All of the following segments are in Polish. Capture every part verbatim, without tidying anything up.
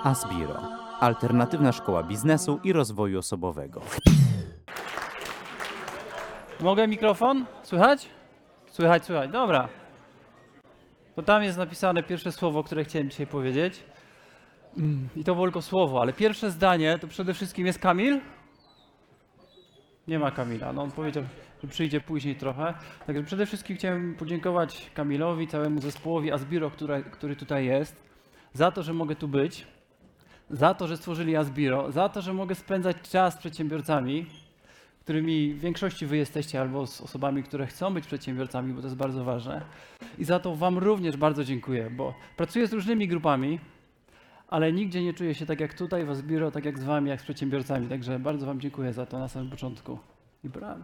Asbiro. Alternatywna szkoła biznesu i rozwoju osobowego. Mogę mikrofon? Słychać? Słychać, słychać. Dobra. To tam jest napisane pierwsze słowo, które chciałem dzisiaj powiedzieć. I to było tylko słowo, ale pierwsze zdanie to przede wszystkim jest Kamil. Nie ma Kamila. No on powiedział, że przyjdzie później trochę. Także przede wszystkim chciałem podziękować Kamilowi, całemu zespołowi Asbiro, który, który tutaj jest, za to, że mogę tu być, za to, że stworzyli Asbiro, za to, że mogę spędzać czas z przedsiębiorcami, którymi w większości wy jesteście, albo z osobami, które chcą być przedsiębiorcami, bo to jest bardzo ważne. I za to wam również bardzo dziękuję, bo pracuję z różnymi grupami, ale nigdzie nie czuję się tak jak tutaj w Asbiro, tak jak z wami, jak z przedsiębiorcami. Także bardzo wam dziękuję za to na samym początku. I brawo.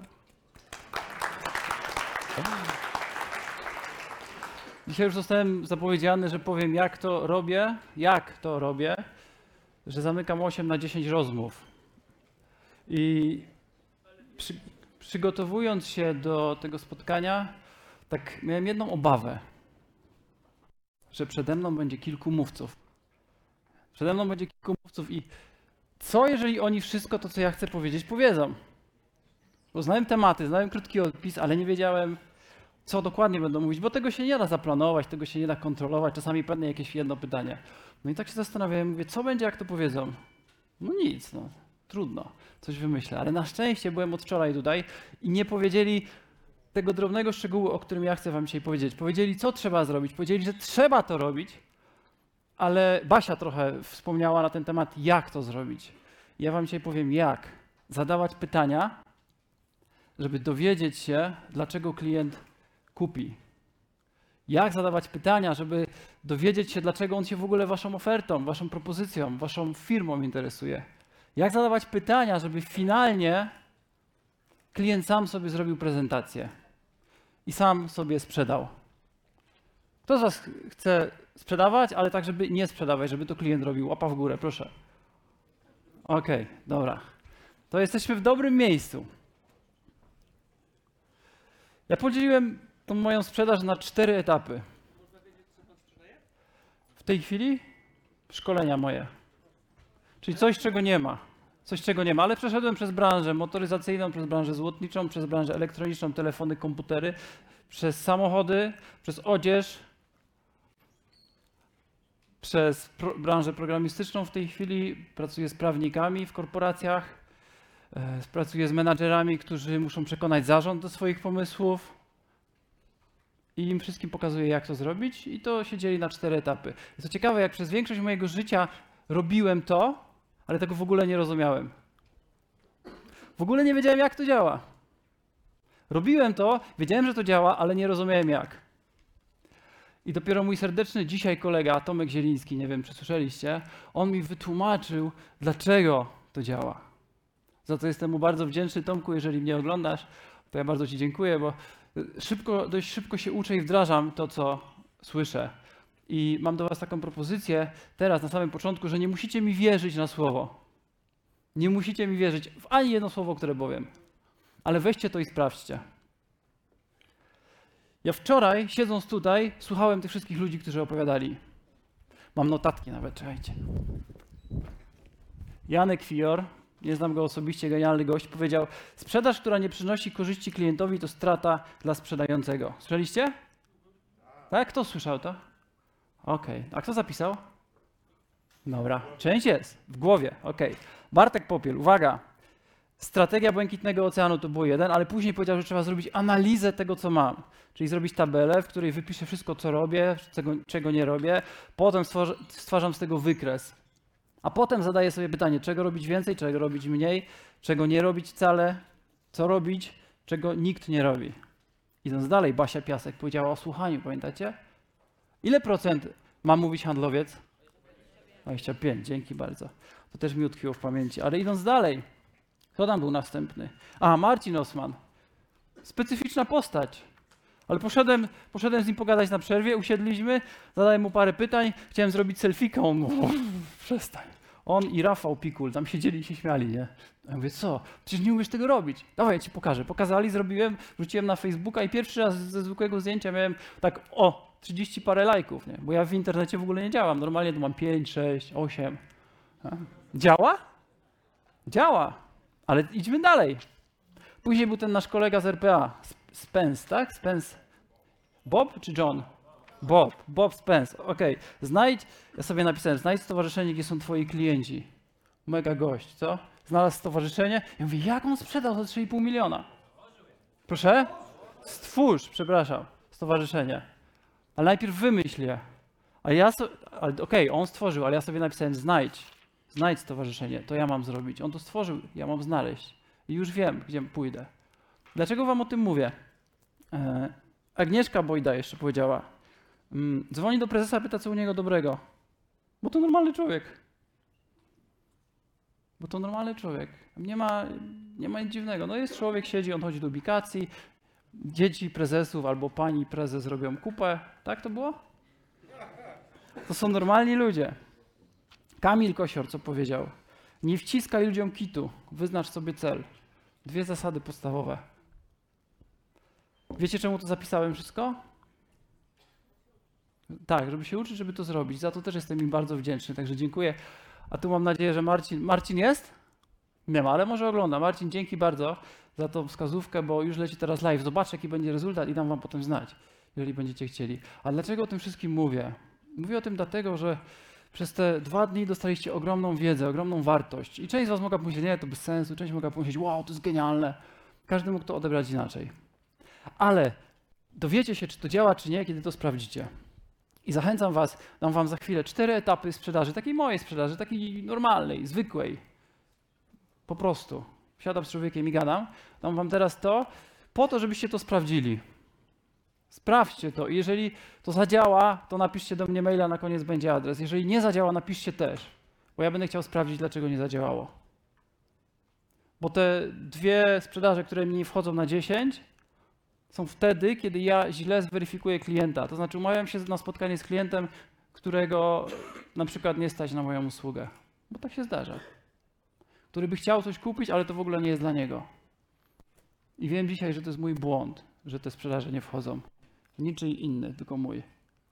Dzisiaj już zostałem zapowiedziany, że powiem, jak to robię, jak to robię, że zamykam osiem na dziesięć rozmów. I przy, przygotowując się do tego spotkania, tak miałem jedną obawę, że przede mną będzie kilku mówców. Przede mną będzie kilku mówców i co jeżeli oni wszystko to, co ja chcę powiedzieć, powiedzą? Bo znałem tematy, znałem krótki opis, ale nie wiedziałem, co dokładnie będą mówić, bo tego się nie da zaplanować, tego się nie da kontrolować, czasami padnie jakieś jedno pytanie. No i tak się zastanawiałem, mówię, co będzie, jak to powiedzą? No nic, no trudno, coś wymyślę, ale na szczęście byłem od wczoraj tutaj i nie powiedzieli tego drobnego szczegółu, o którym ja chcę wam dzisiaj powiedzieć. Powiedzieli, co trzeba zrobić, powiedzieli, że trzeba to robić, ale Basia trochę wspomniała na ten temat, jak to zrobić. Ja wam dzisiaj powiem, jak. Zadawać pytania, żeby dowiedzieć się, dlaczego klient kupi. Jak zadawać pytania, żeby dowiedzieć się, dlaczego on się w ogóle waszą ofertą, waszą propozycją, waszą firmą interesuje. Jak zadawać pytania, żeby finalnie klient sam sobie zrobił prezentację i sam sobie sprzedał. Kto z was chce sprzedawać, ale tak, żeby nie sprzedawać, żeby to klient robił? Łapa w górę, proszę. Okej, okay, dobra. To jesteśmy w dobrym miejscu. Ja podzieliłem tą moją sprzedaż na cztery etapy. W tej chwili szkolenia moje. Czyli coś, czego nie ma. Coś, czego nie ma, ale przeszedłem przez branżę motoryzacyjną, przez branżę złotniczą, przez branżę elektroniczną, telefony, komputery, przez samochody, przez odzież, przez pro branżę programistyczną w tej chwili. Pracuję z prawnikami w korporacjach, e, pracuję z menadżerami, którzy muszą przekonać zarząd do swoich pomysłów i im wszystkim pokazuję, jak to zrobić i to się dzieli na cztery etapy. Co ciekawe, jak przez większość mojego życia robiłem to, ale tego w ogóle nie rozumiałem. W ogóle nie wiedziałem, jak to działa. Robiłem to, wiedziałem, że to działa, ale nie rozumiałem jak. I dopiero mój serdeczny dzisiaj kolega, Tomek Zieliński, nie wiem, czy słyszeliście, on mi wytłumaczył, dlaczego to działa. Za to jestem mu bardzo wdzięczny. Tomku, jeżeli mnie oglądasz, to ja bardzo ci dziękuję, bo szybko, dość szybko się uczę i wdrażam to, co słyszę. I mam do was taką propozycję teraz, na samym początku, że nie musicie mi wierzyć na słowo. Nie musicie mi wierzyć w ani jedno słowo, które powiem. Ale weźcie to i sprawdźcie. Ja wczoraj, siedząc tutaj, słuchałem tych wszystkich ludzi, którzy opowiadali. Mam notatki nawet, czekajcie. Janek Fior, nie znam go osobiście, genialny gość, powiedział: sprzedaż, która nie przynosi korzyści klientowi, to strata dla sprzedającego. Słyszeliście? Tak? Kto słyszał to? Okej. Okay. A kto zapisał? Dobra. Część jest. W głowie. Okej. Okay. Bartek Popiel, uwaga. Strategia Błękitnego Oceanu to było jeden, ale później powiedział, że trzeba zrobić analizę tego, co mam. Czyli zrobić tabelę, w której wypiszę wszystko, co robię, czego, czego nie robię. Potem stworzę, stwarzam z tego wykres. A potem zadaję sobie pytanie, czego robić więcej, czego robić mniej, czego nie robić wcale, co robić, czego nikt nie robi. Idąc dalej, Basia Piasek powiedziała o słuchaniu, pamiętacie? Ile procent ma mówić handlowiec? dwadzieścia pięć, dzięki bardzo. To też mi utkwiło w pamięci. Ale idąc dalej, kto tam był następny? A, Marcin Osman. Specyficzna postać. Ale poszedłem, poszedłem z nim pogadać na przerwie, usiedliśmy, zadałem mu parę pytań, chciałem zrobić selfiekę, on mówi, przestań. On i Rafał Pikul tam siedzieli i się śmiali, nie? Ja mówię, co? Przecież nie umiesz tego robić. Dawaj, ja ci pokażę. Pokazali, zrobiłem, wrzuciłem na Facebooka i pierwszy raz ze zwykłego zdjęcia miałem tak, o, trzydzieści parę lajków, nie? Bo ja w internecie w ogóle nie działam. Normalnie to mam pięć, sześć, osiem. Działa? Działa, ale idźmy dalej. Później był ten nasz kolega z R P A, Spence, tak? Spence. Bob czy John? Bob, Bob Spence, okej. Okay. Znajdź, ja sobie napisałem, znajdź stowarzyszenie, gdzie są twoi klienci. Mega gość, co? Znalazł stowarzyszenie. Ja mówię, jak on sprzedał za trzy i pół miliona? Proszę? Stwórz, przepraszam, stowarzyszenie. Ale najpierw wymyśl je. A ja sobie, okej, okay, on stworzył, ale ja sobie napisałem, znajdź. Znajdź stowarzyszenie, to ja mam zrobić. On to stworzył, ja mam znaleźć. I już wiem, gdzie pójdę. Dlaczego wam o tym mówię? E, Agnieszka Bojda jeszcze powiedziała, mm, dzwoni do prezesa, pyta, co u niego dobrego. Bo to normalny człowiek. Bo to normalny człowiek. Nie ma, nie ma nic dziwnego. No jest człowiek, siedzi, on chodzi do ubikacji, dzieci prezesów albo pani prezes robią kupę. Tak to było? To są normalni ludzie. Kamil Kosior, co powiedział? Nie wciskaj ludziom kitu, wyznacz sobie cel. Dwie zasady podstawowe. Wiecie, czemu to zapisałem wszystko? Tak, żeby się uczyć, żeby to zrobić. Za to też jestem im bardzo wdzięczny, także dziękuję. A tu mam nadzieję, że Marcin... Marcin jest? Nie ma, ale może ogląda. Marcin, dzięki bardzo za tą wskazówkę, bo już leci teraz live. Zobaczę, jaki będzie rezultat i dam wam potem znać, jeżeli będziecie chcieli. A dlaczego o tym wszystkim mówię? Mówię o tym dlatego, że przez te dwa dni dostaliście ogromną wiedzę, ogromną wartość. I część z was mogła pomyśleć, nie, to bez sensu. Część mogła pomyśleć, wow, to jest genialne. Każdy mógł to odebrać inaczej. Ale dowiecie się, czy to działa, czy nie, kiedy to sprawdzicie. I zachęcam was, dam wam za chwilę cztery etapy sprzedaży, takiej mojej sprzedaży, takiej normalnej, zwykłej. Po prostu. Siadam z człowiekiem i gadam. Dam wam teraz to, po to, żebyście to sprawdzili. Sprawdźcie to i jeżeli to zadziała, to napiszcie do mnie maila, na koniec będzie adres. Jeżeli nie zadziała, napiszcie też, bo ja będę chciał sprawdzić, dlaczego nie zadziałało. Bo te dwie sprzedaże, które mi nie wchodzą na dziesięć, są wtedy, kiedy ja źle zweryfikuję klienta. To znaczy umawiam się na spotkanie z klientem, którego na przykład nie stać na moją usługę, bo tak się zdarza. Który by chciał coś kupić, ale to w ogóle nie jest dla niego. I wiem dzisiaj, że to jest mój błąd, że te sprzedaże nie wchodzą. Niczyj inny, tylko mój.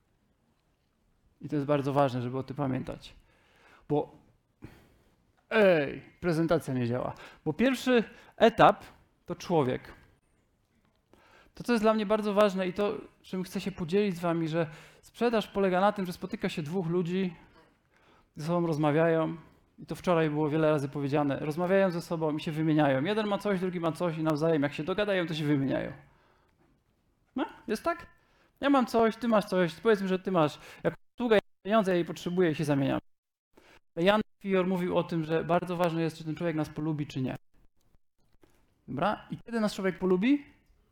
I to jest bardzo ważne, żeby o tym pamiętać. Bo ej, prezentacja nie działa. Bo pierwszy etap to człowiek. To, co jest dla mnie bardzo ważne i to, czym chcę się podzielić z wami, że sprzedaż polega na tym, że spotyka się dwóch ludzi, ze sobą rozmawiają. I to wczoraj było wiele razy powiedziane. Rozmawiają ze sobą i się wymieniają. Jeden ma coś, drugi ma coś i nawzajem jak się dogadają, to się wymieniają. No, jest tak? Ja mam coś, ty masz coś, powiedzmy, że ty masz jakąś usługę, pieniądze, ja jej potrzebuję i się zamieniam. Jan Fior mówił o tym, że bardzo ważne jest, czy ten człowiek nas polubi, czy nie. Dobra? I kiedy nas człowiek polubi?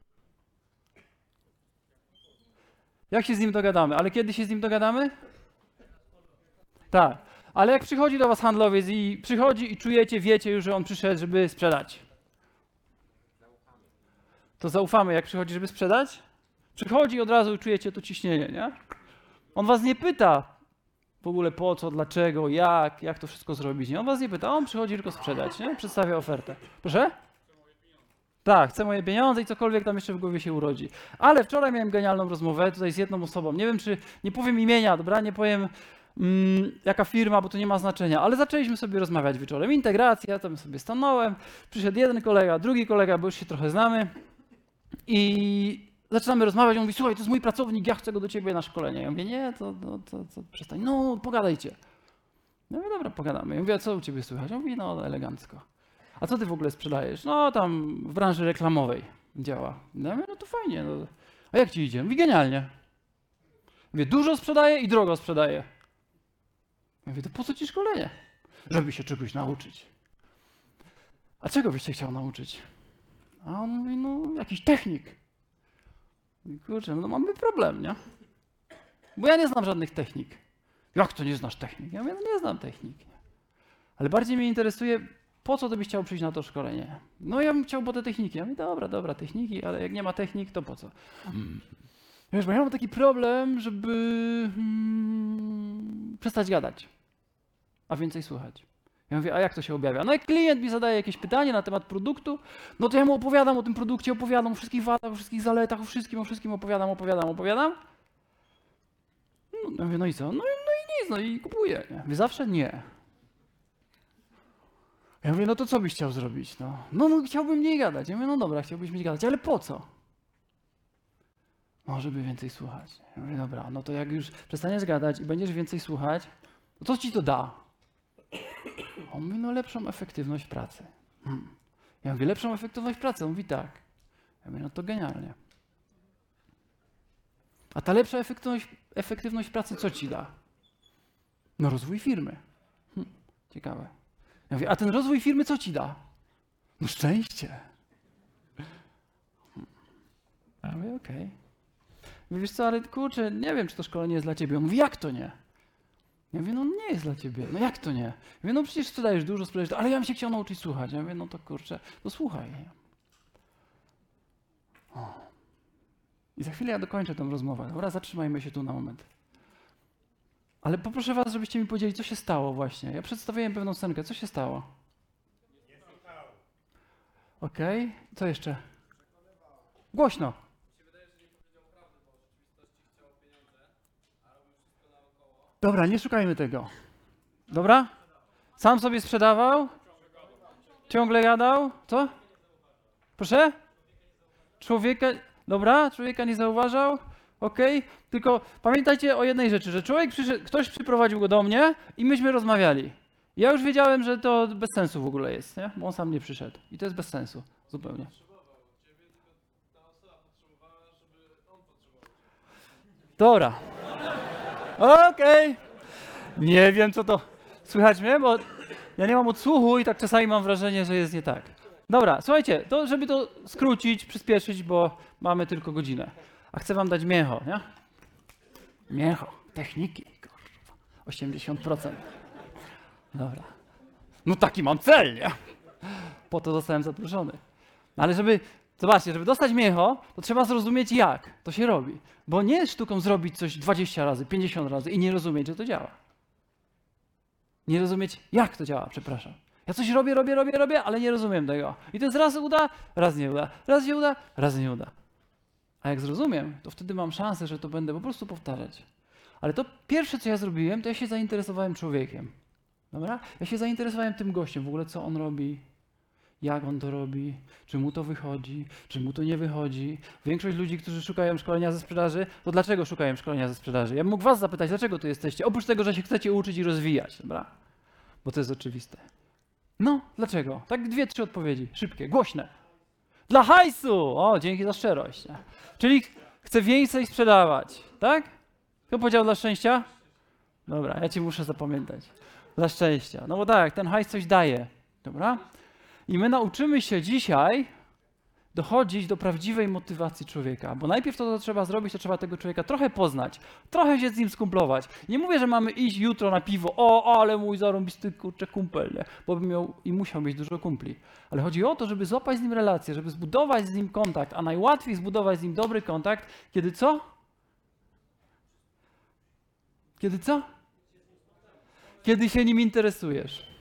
Jak się z nim dogadamy? Ale kiedy się z nim dogadamy? Tak. Ale jak przychodzi do was handlowiec i przychodzi i czujecie, wiecie już, że on przyszedł, żeby sprzedać. To zaufamy, jak przychodzi, żeby sprzedać? Przychodzi i od razu czujecie to ciśnienie, nie? On was nie pyta w ogóle po co, dlaczego, jak, jak to wszystko zrobić. Nie? On was nie pyta, on przychodzi tylko sprzedać, nie? Przedstawia ofertę. Proszę? Tak, chcę moje pieniądze i cokolwiek tam jeszcze w głowie się urodzi. Ale wczoraj miałem genialną rozmowę tutaj z jedną osobą. Nie wiem, czy, nie powiem imienia, dobra? Nie powiem mm, jaka firma, bo to nie ma znaczenia. Ale zaczęliśmy sobie rozmawiać wieczorem. Integracja, tam sobie stanąłem. Przyszedł jeden kolega, drugi kolega, bo już się trochę znamy. I zaczynamy rozmawiać. On mówi, słuchaj, to jest mój pracownik, ja chcę go do ciebie na szkolenie. Ja mówię, nie, to, to, to, to przestań. No, pogadajcie. Ja mówię, dobra, pogadamy. Ja mówię, a co u ciebie słychać? On mówi, no, elegancko. A co ty w ogóle sprzedajesz? No tam w branży reklamowej działa. No, no to fajnie. No. A jak ci idzie? Mówi genialnie. Mówię, dużo sprzedaję i drogo sprzedaję. Mówię, to po co ci szkolenie? Żeby się czegoś nauczyć. A czego byś się chciał nauczyć? A on mówi, no jakiś technik. I kurczę, no mamy problem, nie? Bo ja nie znam żadnych technik. Jak to nie znasz technik? Ja mówię, no nie znam technik. Ale bardziej mnie interesuje, po co ty byś chciał przyjść na to szkolenie? No ja bym chciał po te techniki. Ja mówię, dobra, dobra, techniki, ale jak nie ma technik, to po co? Hmm. Wiesz, bo ja mam taki problem, żeby hmm, przestać gadać, a więcej słuchać. Ja mówię, a jak to się objawia? No jak klient mi zadaje jakieś pytanie na temat produktu, no to ja mu opowiadam o tym produkcie, opowiadam o wszystkich wadach, o wszystkich zaletach, o wszystkim, o wszystkim opowiadam, opowiadam, opowiadam. No, ja mówię, no i co? No, no i nic, no i kupuję. Ja mówię, zawsze nie. Ja mówię, no to co byś chciał zrobić? No, no, no chciałbym mniej gadać. Ja mówię, no dobra, chciałbyś mniej gadać, ale po co? No, żeby więcej słuchać. Ja mówię, dobra, no to jak już przestaniesz gadać i będziesz więcej słuchać, to co ci to da? On mówi, no lepszą efektywność pracy. Hmm. Ja mówię, lepszą efektywność pracy? On mówi, tak. Ja mówię, no to genialnie. A ta lepsza efektywność, efektywność pracy co ci da? No rozwój firmy. Hm, ciekawe. Ja mówię, a ten rozwój firmy co ci da? No szczęście. Hmm. Ja mówię, okej. Okay. Mówię, wiesz co, ale kurczę, nie wiem, czy to szkolenie jest dla ciebie. On mówi, jak to nie? Ja mówię, no nie jest dla ciebie. No jak to nie? Ja mówię, no przecież sprzedajesz dużo, sprzedajesz, ale ja bym się chciał nauczyć słuchać. Ja mówię, no to kurczę, to słuchaj. O. I za chwilę ja dokończę tę rozmowę. Dobra, zatrzymajmy się tu na moment. Ale poproszę was, żebyście mi powiedzieli, co się stało właśnie. Ja przedstawiłem pewną scenkę. Co się stało? Okej. Okay. Co jeszcze? Głośno. Dobra, nie szukajmy tego. Dobra? Sam sobie sprzedawał? Ciągle gadał? Co? Proszę? Człowieka... Dobra, człowieka nie zauważał? Okej, okay. Tylko pamiętajcie o jednej rzeczy, że człowiek przyszedł, ktoś przyprowadził go do mnie i myśmy rozmawiali. Ja już wiedziałem, że to bez sensu w ogóle jest, nie? Bo on sam nie przyszedł. I to jest bez sensu, zupełnie. Dobra. Okej. Okay. Nie wiem, co to... Słychać mnie? Bo ja nie mam odsłuchu i tak czasami mam wrażenie, że jest nie tak. Dobra, słuchajcie, to żeby to skrócić, przyspieszyć, bo mamy tylko godzinę. A chcę wam dać mięcho, nie? Mięcho, techniki, kurwa, osiemdziesiąt procent. Dobra. No taki mam cel, nie? Po to zostałem zaproszony. Ale żeby, zobaczcie, żeby dostać mięcho, to trzeba zrozumieć, jak to się robi. Bo nie jest sztuką zrobić coś dwadzieścia razy, pięćdziesiąt razy i nie rozumieć, że to działa. Nie rozumieć, jak to działa, przepraszam. Ja coś robię, robię, robię, robię, ale nie rozumiem tego. I to jest raz uda, raz nie uda, raz się uda, raz nie uda. A jak zrozumiem, to wtedy mam szansę, że to będę po prostu powtarzać. Ale to pierwsze, co ja zrobiłem, to ja się zainteresowałem człowiekiem. Dobra? Ja się zainteresowałem tym gościem, w ogóle co on robi, jak on to robi, czy mu to wychodzi, czy mu to nie wychodzi. Większość ludzi, którzy szukają szkolenia ze sprzedaży, to dlaczego szukają szkolenia ze sprzedaży? Ja bym mógł was zapytać, dlaczego tu jesteście? Oprócz tego, że się chcecie uczyć i rozwijać, dobra? Bo to jest oczywiste. No, dlaczego? Tak dwie, trzy odpowiedzi, szybkie, głośne. Dla hajsu! O, dzięki za szczerość. Czyli chcę więcej sprzedawać, tak? Kto powiedział dla szczęścia? Dobra, ja ci muszę zapamiętać. Dla szczęścia. No bo tak, ten hajs coś daje, dobra? I my nauczymy się dzisiaj dochodzić do prawdziwej motywacji człowieka, bo najpierw to, co trzeba zrobić, to trzeba tego człowieka trochę poznać, trochę się z nim skumplować. Nie mówię, że mamy iść jutro na piwo, o, ale mój zarąbisty kurczę kumpel, nie? Bo bym miał i musiał mieć dużo kumpli. Ale chodzi o to, żeby złapać z nim relację, żeby zbudować z nim kontakt, a najłatwiej zbudować z nim dobry kontakt, kiedy co? Kiedy co? Kiedy się nim interesujesz.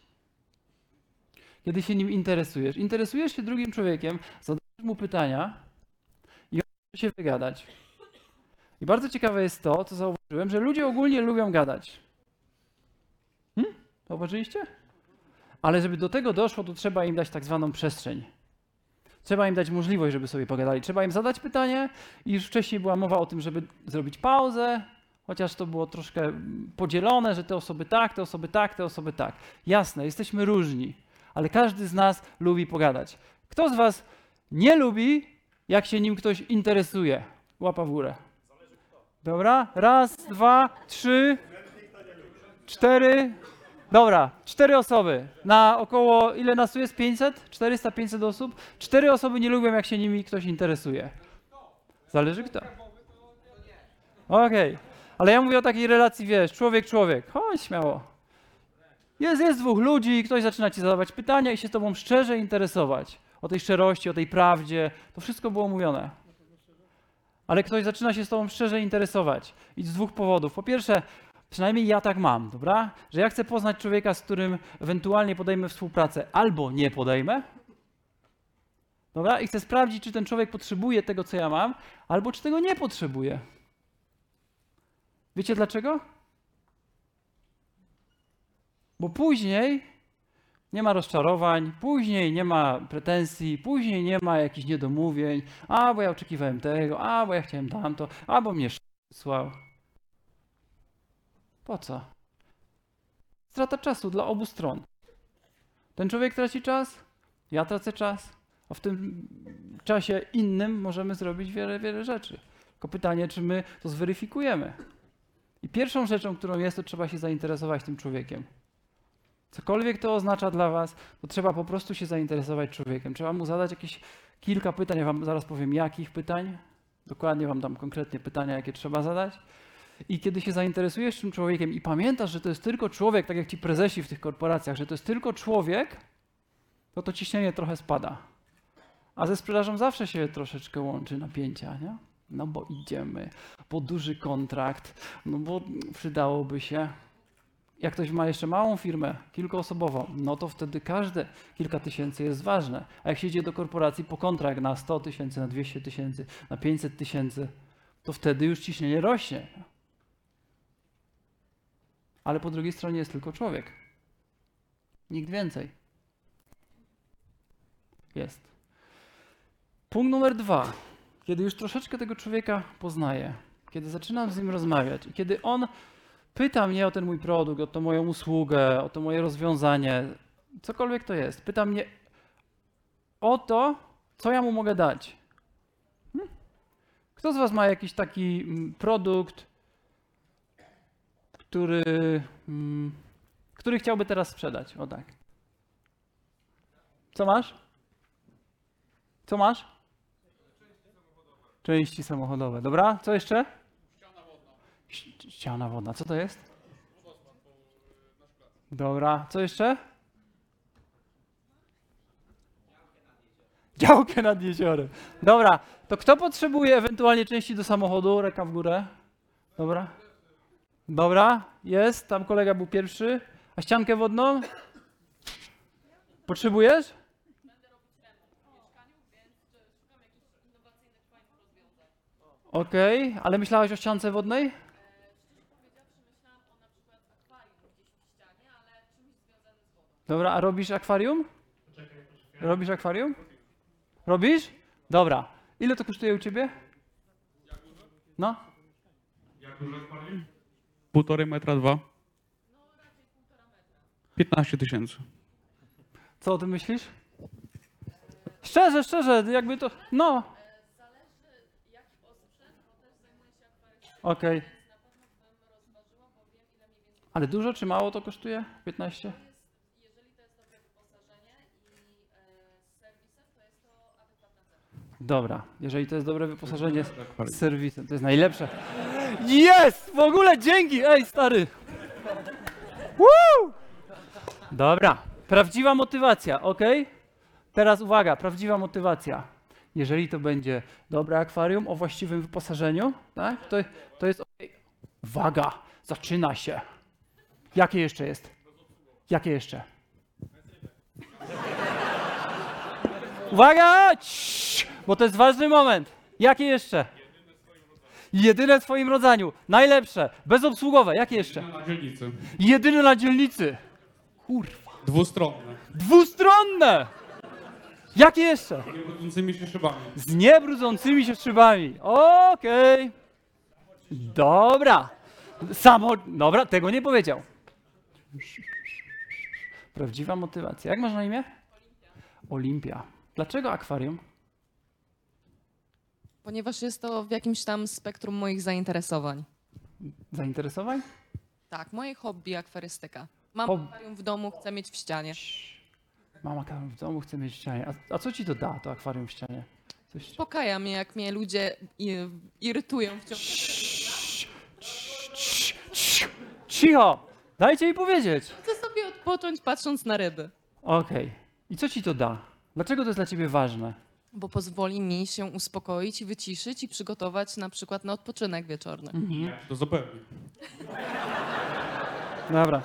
Kiedy się nim interesujesz. Interesujesz się drugim człowiekiem, zadajesz mu pytania i on może się wygadać. I bardzo ciekawe jest to, co zauważyłem, że ludzie ogólnie lubią gadać. Hmm? Zauważyliście? Ale żeby do tego doszło, to trzeba im dać tak zwaną przestrzeń. Trzeba im dać możliwość, żeby sobie pogadali. Trzeba im zadać pytanie i już wcześniej była mowa o tym, żeby zrobić pauzę, chociaż to było troszkę podzielone, że te osoby tak, te osoby tak, te osoby tak. Jasne, jesteśmy różni. Ale każdy z nas lubi pogadać. Kto z was nie lubi, jak się nim ktoś interesuje? Łapa w górę. Dobra, raz, dwa, trzy, cztery. Dobra, cztery osoby. Na około, ile nas tu jest? pięćset? czterysta pięćset osób? Cztery osoby nie lubią, jak się nimi ktoś interesuje. Zależy kto. Okej, okay. Ale ja mówię o takiej relacji, wiesz, człowiek-człowiek. Chodź śmiało. Jest, jest dwóch ludzi, ktoś zaczyna ci zadawać pytania i się z tobą szczerze interesować. O tej szczerości, o tej prawdzie. To wszystko było mówione. Ale ktoś zaczyna się z tobą szczerze interesować. I z dwóch powodów. Po pierwsze, przynajmniej ja tak mam, dobra? Że ja chcę poznać człowieka, z którym ewentualnie podejmę współpracę albo nie podejmę. Dobra? I chcę sprawdzić, czy ten człowiek potrzebuje tego, co ja mam, albo czy tego nie potrzebuje. Wiecie dlaczego? Bo później Nie ma rozczarowań, później nie ma pretensji, później nie ma jakichś niedomówień. A, bo ja oczekiwałem tego, a, bo ja chciałem tamto, a, bo mnie słał. Po co? Strata czasu dla obu stron. Ten człowiek traci czas, ja tracę czas, a w tym czasie innym możemy zrobić wiele, wiele rzeczy. Tylko pytanie, czy my to zweryfikujemy. I pierwszą rzeczą, którą jest, to trzeba się zainteresować tym człowiekiem. Cokolwiek to oznacza dla was, to trzeba po prostu się zainteresować człowiekiem. Trzeba mu zadać jakieś kilka pytań, ja wam zaraz powiem jakich pytań. Dokładnie wam dam konkretnie pytania, jakie trzeba zadać. I kiedy się zainteresujesz tym człowiekiem i pamiętasz, że to jest tylko człowiek, tak jak ci prezesi w tych korporacjach, że to jest tylko człowiek, to to ciśnienie trochę spada. A ze sprzedażą zawsze się troszeczkę łączy napięcia, nie? No bo idziemy, po duży kontrakt, no bo przydałoby się. Jak ktoś ma jeszcze małą firmę, kilkuosobową, no to wtedy każde kilka tysięcy jest ważne. A jak się idzie do korporacji po kontrakt na sto tysięcy, na dwieście tysięcy, na pięćset tysięcy, to wtedy już ciśnienie rośnie. Ale po drugiej stronie jest tylko człowiek. Nikt więcej. Jest. Punkt numer dwa. Kiedy już troszeczkę tego człowieka poznaję, kiedy zaczynam z nim rozmawiać i kiedy on pyta mnie o ten mój produkt, o tą moją usługę, o to moje rozwiązanie, cokolwiek to jest, pyta mnie o to, co ja mu mogę dać. Hmm? Kto z was ma jakiś taki produkt, który, hmm, który chciałby teraz sprzedać? O tak. Co masz? Co masz? Części samochodowe. Dobra, co jeszcze? Ściana wodna. Ściana wodna. Co to jest? Dobra, co jeszcze? Działkę nad jeziorem. Dobra, to kto potrzebuje ewentualnie części do samochodu? Ręka w górę. Dobra. Dobra, jest. Tam kolega był pierwszy. A ściankę wodną? Potrzebujesz? Okej, okay, ale myślałaś o ściance wodnej? Dobra, a robisz akwarium? Robisz akwarium? Robisz? Dobra. Ile to kosztuje u ciebie? No? Jak duże akwarium? Półtorej metra, dwa. piętnaście tysięcy. Co o tym myślisz? Szczerze, szczerze, jakby to... No. Okej. Okay. Ale dużo czy mało to kosztuje? piętnaście? Jeżeli to jest dobre wyposażenie i z serwisem, to jest to adekwatna cena. Dobra, jeżeli to jest dobre wyposażenie z serwisem, to jest najlepsze. Jest! W ogóle dzięki! Ej, stary! Woo! Dobra, prawdziwa motywacja, ok? Teraz uwaga, prawdziwa motywacja. Jeżeli to będzie dobre akwarium o właściwym wyposażeniu, tak, to, to jest okay. Uwaga, zaczyna się. Jakie jeszcze jest? Jakie jeszcze? Uwaga! Ciii, bo to jest ważny moment. Jakie jeszcze? Jedyne w swoim rodzaju. Najlepsze. Bezobsługowe. Jakie jeszcze? Jedyne na dzielnicy. Jedyne na dzielnicy. Kurwa. Dwustronne. Dwustronne! Jakie jeszcze? Z niebrudzącymi się szybami. Z niebrudzącymi się szybami. Okej. Okay. Dobra. Samo... Dobra, tego nie powiedział. Prawdziwa motywacja. Jak masz na imię? Olimpia. Olimpia. Dlaczego akwarium? Ponieważ jest to w jakimś tam spektrum moich zainteresowań. Zainteresowań? Tak, moje hobby akwarystyka. Mam Hob- akwarium w domu, chcę mieć w ścianie. Mam akwarium w domu, chcę mieć w ścianie. A, a co ci to da, to akwarium w ścianie? Coś... Uspokaja mnie, jak mnie ludzie i, irytują w ciągu... Cicho! Dajcie jej powiedzieć. Chcę sobie odpocząć, patrząc na ryby. Okej. Okay. I co ci to da? Dlaczego to jest dla ciebie ważne? Bo pozwoli mi się uspokoić i wyciszyć i przygotować na przykład na odpoczynek wieczorny. Mhm. To zapewne. Dobra.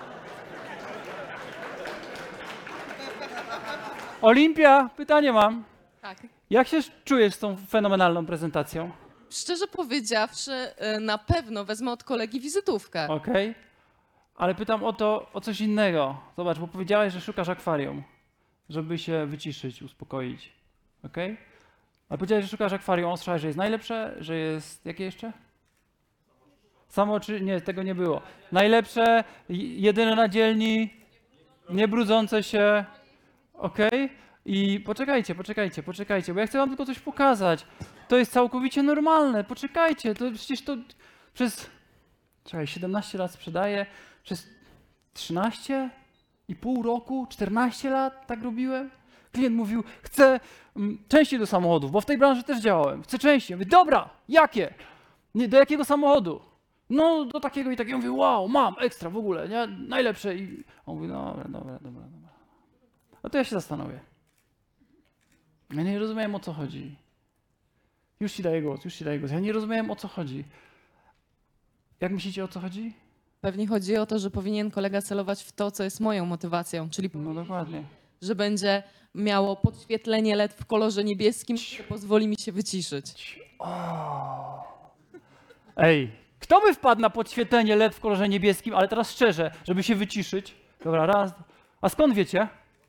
Olimpia, pytanie mam. Tak. Jak się czujesz z tą fenomenalną prezentacją? Szczerze powiedziawszy, y, na pewno wezmę od kolegi wizytówkę. Okej. Okay. Ale pytam o to, o coś innego. Zobacz, bo powiedziałeś, że szukasz akwarium, żeby się wyciszyć, uspokoić. Okej? Ale powiedziałeś, że szukasz akwarium, a słyszałeś, że jest najlepsze, że jest... Jakie jeszcze? Samo czy... Nie, tego nie było. Najlepsze, j- jedyne na dzielni, niebrudzące się. Okej? I poczekajcie, poczekajcie, poczekajcie, bo ja chcę wam tylko coś pokazać. To jest całkowicie normalne. Poczekajcie, to przecież to przez... Czekaj, siedemnaście lat sprzedaję, przez trzynaście i pół roku, czternaście lat tak robiłem. Klient mówił, chcę mm, części do samochodów, bo w tej branży też działałem. Chcę części. Ja mówię, dobra, jakie? Nie, do jakiego samochodu? No, do takiego i takiego. Mówię, wow, mam, ekstra w ogóle, nie? Najlepsze. I on mówi, dobra, dobra, dobra, dobra. No to ja się zastanowię. Ja nie rozumiem, o co chodzi. Już ci daję głos, już ci daję głos. Ja nie rozumiem, o co chodzi. Jak myślicie, o co chodzi? Pewnie chodzi o to, że powinien kolega celować w to, co jest moją motywacją, czyli No dokładnie. że będzie miało podświetlenie L E D w kolorze niebieskim, które pozwoli mi się wyciszyć. Ej, kto by wpadł na podświetlenie L E D w kolorze niebieskim, ale teraz szczerze, żeby się wyciszyć? Dobra, raz. A skąd wiecie?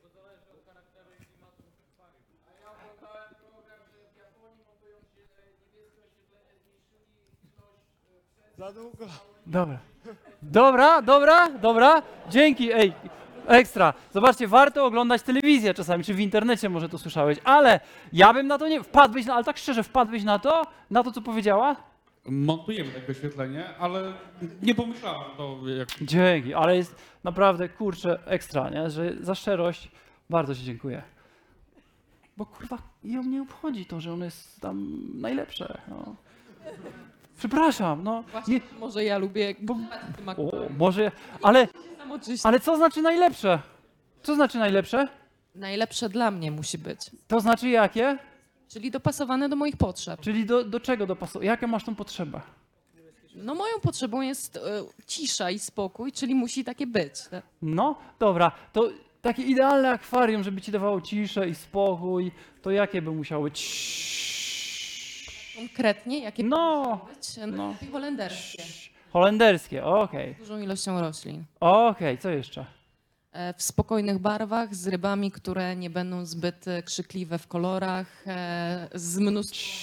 Za długo. Dobra. Dobra, dobra, dobra. Dzięki, ej. Ekstra. Zobaczcie, warto oglądać telewizję czasami, czy w internecie może to słyszałeś, ale ja bym na to nie... Wpadłbyś na... Ale tak szczerze, wpadłbyś na to? Na to, co powiedziała? Montujemy tak wyświetlenie, ale nie pomyślałem to jak... Dzięki, ale jest naprawdę, kurczę, ekstra, nie? Że za szczerość bardzo ci dziękuję. Bo kurwa, ją nie obchodzi to, że ono jest tam najlepsze. No. Przepraszam, no. Właśnie Nie, może ja lubię bo, tym o, może, ale, samoczyście. ale co znaczy najlepsze? Co znaczy najlepsze? Najlepsze dla mnie musi być, To znaczy jakie? czyli dopasowane do moich potrzeb. Czyli do, do czego dopasować? Jaką masz tą potrzebę? No moją potrzebą jest e, cisza i spokój, czyli musi takie być. tak? No, dobra, to takie idealne akwarium, żeby ci dawało ciszę i spokój, to jakie by musiały być? Konkretnie, jakie No, być? no. No. Holenderskie. Holenderskie, okej. Z dużą ilością roślin. Okej, co jeszcze? E, W spokojnych barwach, z rybami, które nie będą zbyt e, krzykliwe w kolorach, e, z mnóstwem,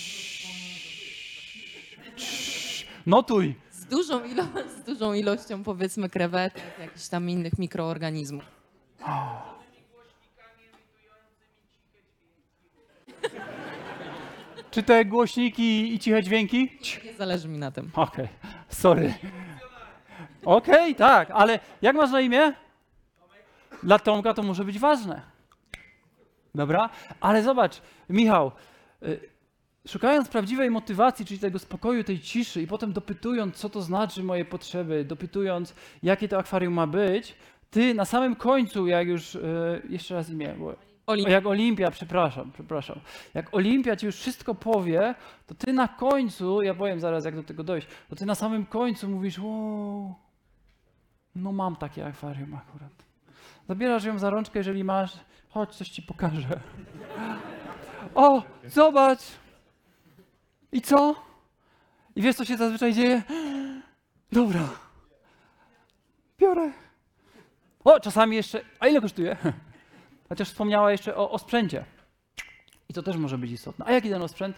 Notuj! z dużą, ilo- z dużą ilością powiedzmy krewetek, jakichś tam innych mikroorganizmów. Czy te głośniki i ciche dźwięki? Nie zależy mi na tym. Okej, sorry. Okej, tak, ale jak masz na imię? Dla Tomka to może być ważne. Dobra, ale zobacz, Michał, y, szukając prawdziwej motywacji, czyli tego spokoju, tej ciszy i potem dopytując, co to znaczy moje potrzeby, dopytując, jakie to akwarium ma być, ty na samym końcu, jak już, y, jeszcze raz imię, bo Oli, O, jak Olimpia, przepraszam, przepraszam. Jak Olimpia ci już wszystko powie, to ty na końcu, ja powiem zaraz jak do tego dojść, to ty na samym końcu mówisz, wow, no mam takie akwarium akurat. Zabierasz ją za rączkę, jeżeli masz, chodź, coś ci pokażę. O, zobacz! I co? I wiesz, co się zazwyczaj dzieje? Dobra. Biorę. O, czasami jeszcze, a ile kosztuje? Chociaż wspomniała jeszcze o, o sprzęcie. I to też może być istotne. A jaki ten sprzęt?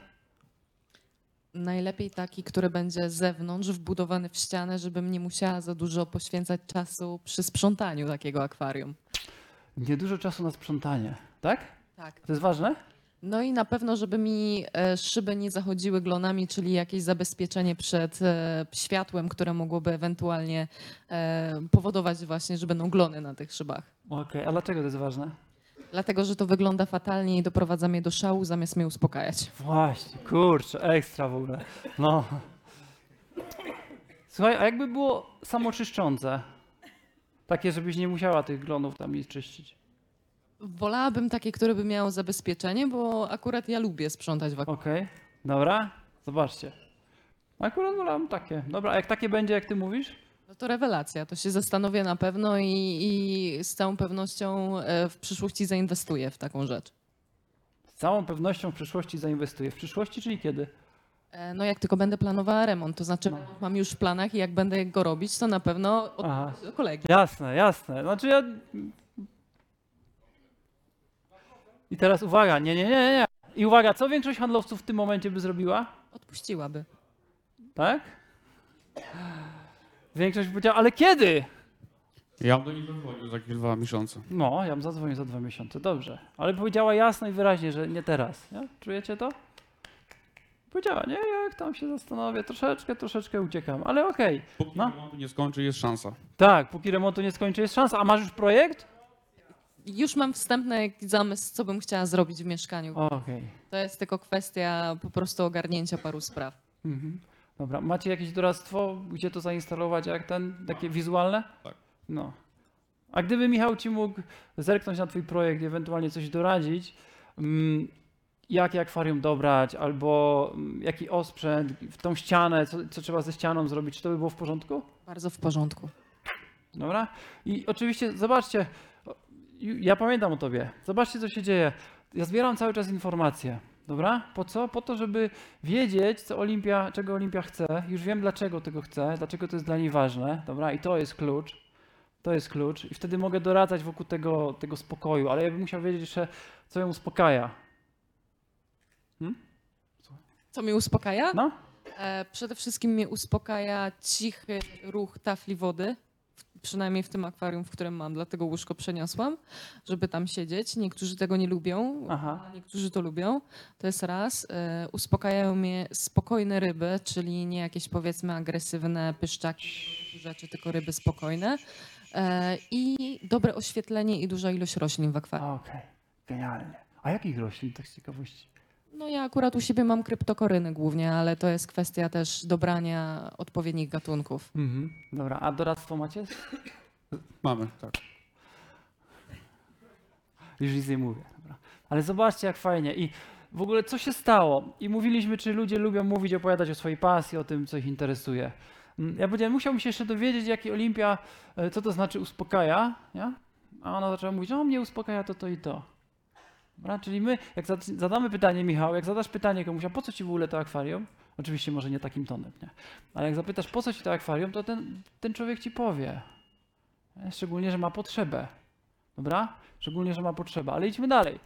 najlepiej taki, który będzie z zewnątrz, wbudowany w ścianę, żebym nie musiała za dużo poświęcać czasu przy sprzątaniu takiego akwarium. Niedużo czasu na sprzątanie, tak? Tak. To jest ważne? No i na pewno, żeby mi e, szyby nie zachodziły glonami, czyli jakieś zabezpieczenie przed e, światłem, które mogłoby ewentualnie e, powodować właśnie, że będą glony na tych szybach. Okej, a dlaczego to jest ważne? Dlatego, że to wygląda fatalnie i doprowadza mnie do szału, zamiast mnie uspokajać. Właśnie, kurczę, ekstra w ogóle. No. Słuchaj, a jakby było samoczyszczące? Takie, żebyś nie musiała tych glonów tam nic czyścić. Wolałabym takie, które by miało zabezpieczenie, bo akurat ja lubię sprzątać w akwarium. Okej, dobra, zobaczcie. Akurat wolałam takie. Dobra, a jak takie będzie, jak ty mówisz? No to rewelacja, to się zastanowię na pewno i, i z całą pewnością e, w przyszłości zainwestuję w taką rzecz. Z całą pewnością w przyszłości zainwestuję. W przyszłości, czyli kiedy? E, No jak tylko będę planowała remont, to znaczy remont mam już w planach i jak będę go robić, to na pewno Aha. od kolegi. Jasne, jasne. Znaczy ja... I teraz uwaga, nie, nie, nie, nie. I uwaga, co większość handlowców w tym momencie by zrobiła? Odpuściłaby. Tak? Większość by powiedziała, ale kiedy? Ja bym do nich zadzwonił za jakieś dwa miesiące. No, ja bym zadzwonił za dwa miesiące, dobrze. Ale powiedziała jasno i wyraźnie, że nie teraz. Nie? Czujecie to? Powiedziała, nie, jak tam się zastanowię, troszeczkę, troszeczkę uciekam, ale okej. Póki No. remontu nie skończy, jest szansa. Tak, póki remontu nie skończy, jest szansa. A masz już projekt? Już mam wstępny zamysł, co bym chciała zrobić w mieszkaniu. Okej. To jest tylko kwestia po prostu ogarnięcia paru spraw. Mhm. Dobra, macie jakieś doradztwo, gdzie to zainstalować, jak ten, takie wizualne? Tak. No. A gdyby Michał ci mógł zerknąć na twój projekt i ewentualnie coś doradzić, mm, jakie akwarium dobrać, albo mm, jaki osprzęt, w tą ścianę, co, co trzeba ze ścianą zrobić, czy to by było w porządku? Bardzo w porządku. Dobra? I oczywiście, zobaczcie, o, ju- ja pamiętam o tobie, zobaczcie co się dzieje. Ja zbieram cały czas informacje, dobra? Po co? Po to, żeby wiedzieć, co Olimpia, czego Olimpia chce. Już wiem, dlaczego tego chce, dlaczego to jest dla niej ważne, dobra? I to jest klucz. To jest klucz. I wtedy mogę doradzać wokół tego, tego spokoju, ale ja bym musiał wiedzieć jeszcze, co ją uspokaja. Co mnie uspokaja? No? E, przede wszystkim mnie uspokaja cichy ruch tafli wody, w- przynajmniej w tym akwarium, w którym mam, dlatego łóżko przeniosłam, żeby tam siedzieć. Niektórzy tego nie lubią, Aha. a niektórzy to lubią. To jest raz. E, uspokajają mnie spokojne ryby, czyli nie jakieś powiedzmy agresywne pyszczaki, rzeczy, tylko ryby spokojne. E, I dobre oświetlenie i duża ilość roślin w akwarium. Okej, genialnie. A jakich roślin, tak z ciekawości? No ja akurat u siebie mam kryptokoryny głównie, ale to jest kwestia też dobrania odpowiednich gatunków. Mhm. Dobra, a doradztwo macie? Mamy, tak. Już nic nie mówię. Dobra. Ale zobaczcie, jak fajnie. I w ogóle co się stało? I mówiliśmy, czy ludzie lubią mówić, opowiadać o swojej pasji, o tym, co ich interesuje. Mm, Ja powiedziałem, musiałbym się jeszcze dowiedzieć, jaki Olimpia, e, co to znaczy uspokaja, nie? A ona zaczęła mówić, o mnie uspokaja to, to i to. Dobra? Czyli my, jak zad- zadamy pytanie, Michał, jak zadasz pytanie komuś, a po co ci w ogóle to akwarium? Oczywiście może nie takim tonem, nie? Ale jak zapytasz, po co ci to akwarium, to ten, ten człowiek ci powie. Nie? Szczególnie, że ma potrzebę. Dobra? Szczególnie, że ma potrzebę. Ale idźmy dalej.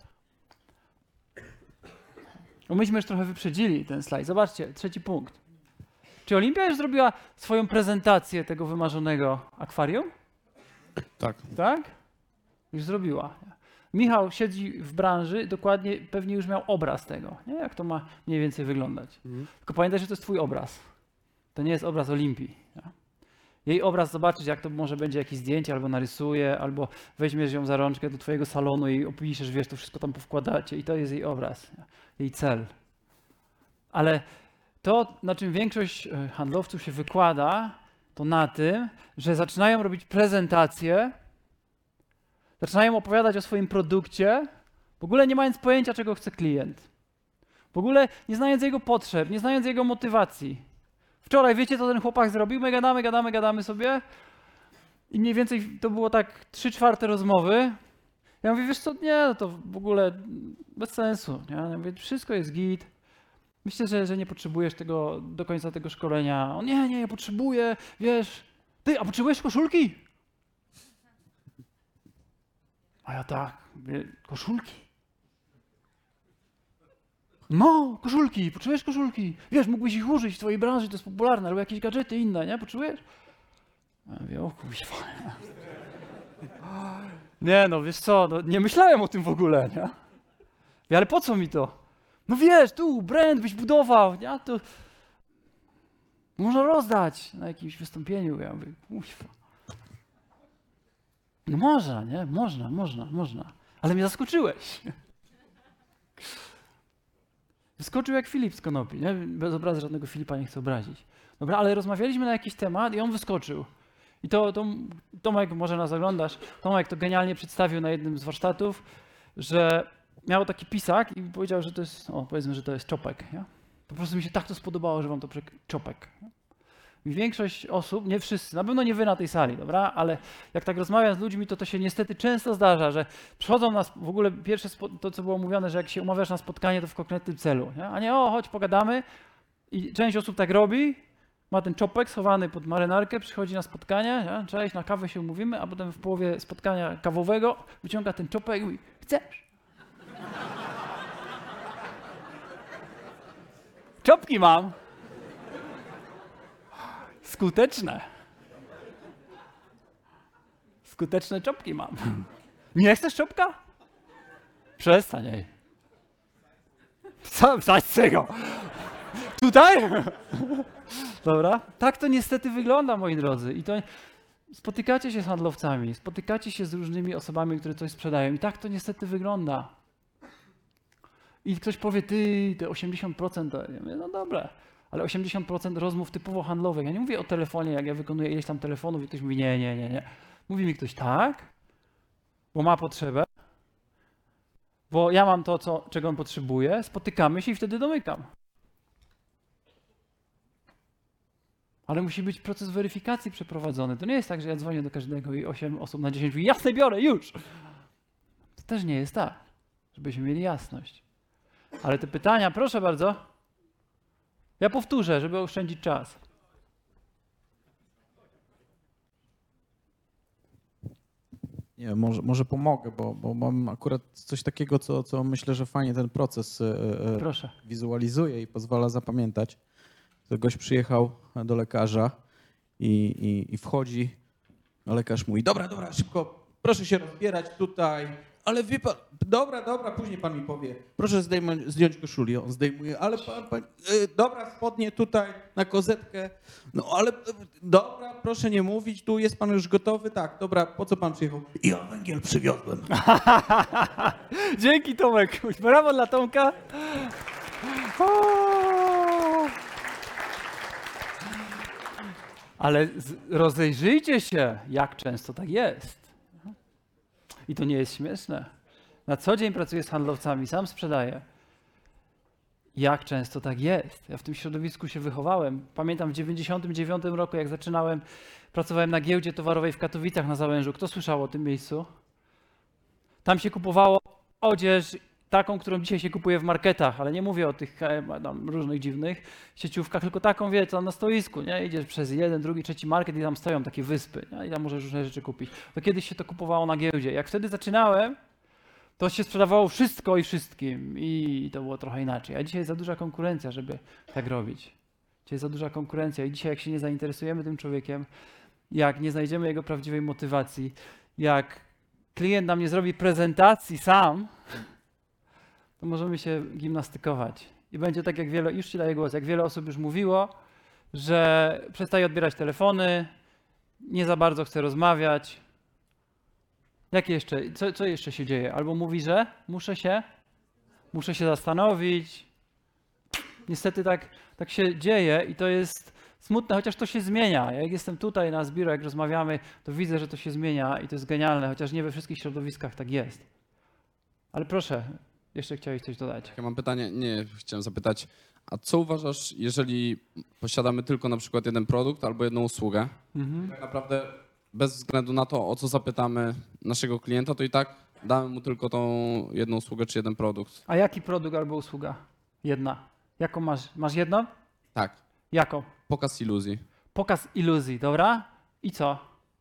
Bo myśmy już trochę wyprzedzili ten slajd. Zobaczcie, trzeci punkt. Czy Olimpia już zrobiła swoją prezentację tego wymarzonego akwarium? Tak. Tak? Już zrobiła. Michał siedzi w branży, dokładnie pewnie już miał obraz tego, nie? Jak to ma mniej więcej wyglądać. Mhm. Tylko pamiętaj, że to jest twój obraz. To nie jest obraz Olimpii. Nie? Jej obraz zobaczyć, jak to może będzie jakieś zdjęcie, albo narysuje, albo weźmiesz ją za rączkę do twojego salonu i opiszesz, wiesz, to wszystko tam powkładacie i to jest jej obraz, nie? Jej cel. Ale to, na czym większość e, handlowców się wykłada, to na tym, że zaczynają robić prezentacje, zaczynają opowiadać o swoim produkcie, w ogóle nie mając pojęcia, czego chce klient. W ogóle nie znając jego potrzeb, nie znając jego motywacji. Wczoraj, wiecie, co ten chłopak zrobił? My gadamy, gadamy, gadamy sobie i mniej więcej to było tak trzy czwarte rozmowy. Ja mówię, wiesz co, nie, no to w ogóle bez sensu. Nie? Ja mówię, wszystko jest git. Myślę, że, że nie potrzebujesz tego do końca tego szkolenia. On, nie, nie, ja potrzebuję, wiesz. Ty, a potrzebujesz koszulki? A ja tak, mówię, koszulki? No, koszulki, potrzebujesz koszulki. Wiesz, mógłbyś ich użyć w twojej branży, to jest popularne, albo jakieś gadżety inne, nie? Potrzebujesz? Ja mówię, o kuźwa. Nie no, wiesz co, no, nie myślałem o tym w ogóle, nie? Mówię, ale po co mi to? No wiesz, tu brand byś budował, nie? To można rozdać na jakimś wystąpieniu. Ja mówię, kuźwa. No można, nie? Można, można, można. Ale mnie zaskoczyłeś. Wyskoczył jak Filip z Konopi, nie? Bez obrazy żadnego Filipa nie chcę obrazić. Dobra, ale rozmawialiśmy na jakiś temat i on wyskoczył. I to, to Tomek, może nas oglądasz, Tomek to genialnie przedstawił na jednym z warsztatów, że miał taki pisak i powiedział, że to jest, o powiedzmy, że to jest czopek, nie? Po prostu mi się tak to spodobało, że wam to prze... czopek. I większość osób, nie wszyscy, na pewno nie wy na tej sali, dobra, ale jak tak rozmawiam z ludźmi, to to się niestety często zdarza, że przychodzą nas, w ogóle pierwsze, spo- to co było mówione, że jak się umawiasz na spotkanie, to w konkretnym celu, nie? A nie, o, chodź, pogadamy, I część osób tak robi, ma ten czopek schowany pod marynarkę, przychodzi na spotkanie, nie? Cześć, na kawę się umówimy, a potem w połowie spotkania kawowego wyciąga ten czopek i mówi, chcesz? Czopki mam. Skuteczne. Skuteczne czopki mam. Nie chcesz czopka? Przestań, ej. Co? Wstać z tego. Tutaj? Dobra. Tak to niestety wygląda, moi drodzy. I to spotykacie się z handlowcami, spotykacie się z różnymi osobami, które coś sprzedają. I tak to niestety wygląda. I ktoś powie, ty, te osiemdziesiąt procent, to... ja mówię, no dobra, ale osiemdziesiąt procent rozmów typowo handlowych. Ja nie mówię o telefonie, jak ja wykonuję ileś tam telefonów i ktoś mówi, nie, nie, nie, nie. Mówi mi ktoś tak, bo ma potrzebę, bo ja mam to, co, czego on potrzebuje, spotykamy się i wtedy domykam. Ale musi być proces weryfikacji przeprowadzony. To nie jest tak, że ja dzwonię do każdego i osiem osób na dziesięć mówi, jasne, biorę, już. To też nie jest tak, żebyśmy mieli jasność. Ale te pytania, proszę bardzo. Ja powtórzę, żeby oszczędzić czas. Nie, może, może pomogę, bo, bo mam akurat coś takiego, co, co myślę, że fajnie ten proces e, e, Proszę. wizualizuje i pozwala zapamiętać. To gość przyjechał do lekarza i, i, i wchodzi, a lekarz mówi, dobra, dobra, szybko, proszę się rozbierać tutaj, ale wie pan, dobra, dobra, później pan mi powie, proszę zdejmać, zdjąć koszuli, on zdejmuje, ale pan, pan e, dobra, spodnie tutaj na kozetkę, no ale e, dobra, proszę nie mówić, tu jest pan już gotowy, tak, dobra, po co pan przyjechał? Ja węgiel przywiozłem. Dzięki, Tomek. Brawo dla Tomka. O! Ale z- rozejrzyjcie się, jak często tak jest. I to nie jest śmieszne. Na co dzień pracuję z handlowcami, sam sprzedaję. Jak często tak jest? Ja w tym środowisku się wychowałem. Pamiętam w dziewięćdziesiątym dziewiątym roku, jak zaczynałem, pracowałem na giełdzie towarowej w Katowicach na Załężu. Kto słyszał o tym miejscu? Tam się kupowało odzież taką, którą dzisiaj się kupuje w marketach, ale nie mówię o tych e, tam, różnych dziwnych sieciówkach, tylko taką, wiecie, tam na stoisku, nie? Idziesz przez jeden, drugi, trzeci market i tam stoją takie wyspy, nie? I tam możesz różne rzeczy kupić. To kiedyś się to kupowało na giełdzie. Jak wtedy zaczynałem, to się sprzedawało wszystko i wszystkim i to było trochę inaczej. A dzisiaj jest za duża konkurencja, żeby tak robić. Dzisiaj jest za duża konkurencja i dzisiaj jak się nie zainteresujemy tym człowiekiem, jak nie znajdziemy jego prawdziwej motywacji, jak klient nam nie zrobi prezentacji sam, to możemy się gimnastykować. I będzie tak jak wiele, już ci daję głos, jak wiele osób już mówiło, że przestaje odbierać telefony, nie za bardzo chce rozmawiać. Jakie jeszcze, co, co jeszcze się dzieje? Albo mówi, że muszę się, muszę się zastanowić. Niestety tak, tak się dzieje i to jest smutne, chociaż to się zmienia. Jak jestem tutaj na Zbiro, jak rozmawiamy, to widzę, że to się zmienia i to jest genialne, chociaż nie we wszystkich środowiskach tak jest. Ale proszę, jeszcze chciałeś coś dodać. Ja mam pytanie, nie, chciałem zapytać, a co uważasz, jeżeli posiadamy tylko na przykład jeden produkt albo jedną usługę? Mhm. Tak naprawdę bez względu na to, o co zapytamy naszego klienta, to i tak damy mu tylko tą jedną usługę czy jeden produkt. A jaki produkt albo usługa? Jedna. Jaką masz? Masz jedną? Tak, Jaką? pokaz iluzji. Pokaz iluzji, dobra? I co?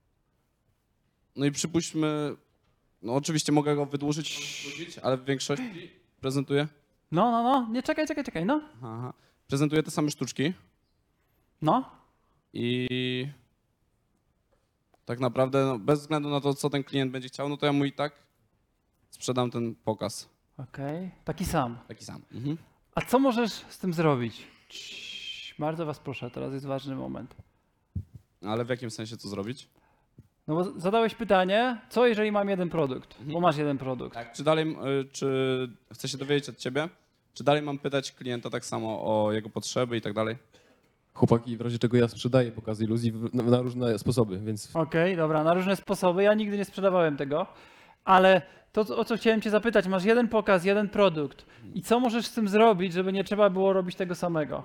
No i przypuśćmy, no oczywiście mogę go wydłużyć, ale w większości prezentuję, No, no, no, nie czekaj, czekaj, czekaj, no. aha, prezentuję te same sztuczki No, i tak naprawdę no, bez względu na to, co ten klient będzie chciał, no to ja mu i tak sprzedam ten pokaz. okej, taki sam. Taki sam. Mhm. A co możesz z tym zrobić? Ciii, bardzo was proszę, teraz jest ważny moment. Ale w jakim sensie co zrobić? No bo zadałeś pytanie, co jeżeli mam jeden produkt? Mhm. Bo masz jeden produkt. Tak, czy dalej, y, czy chcę się dowiedzieć od ciebie, czy dalej mam pytać klienta tak samo o jego potrzeby i tak dalej? Chłopaki, w razie czego ja sprzedaję pokaz iluzji w- na, na różne sposoby, więc Okej, dobra, na różne sposoby. Ja nigdy nie sprzedawałem tego, ale to, o co chciałem cię zapytać, masz jeden pokaz, jeden produkt i co możesz z tym zrobić, żeby nie trzeba było robić tego samego?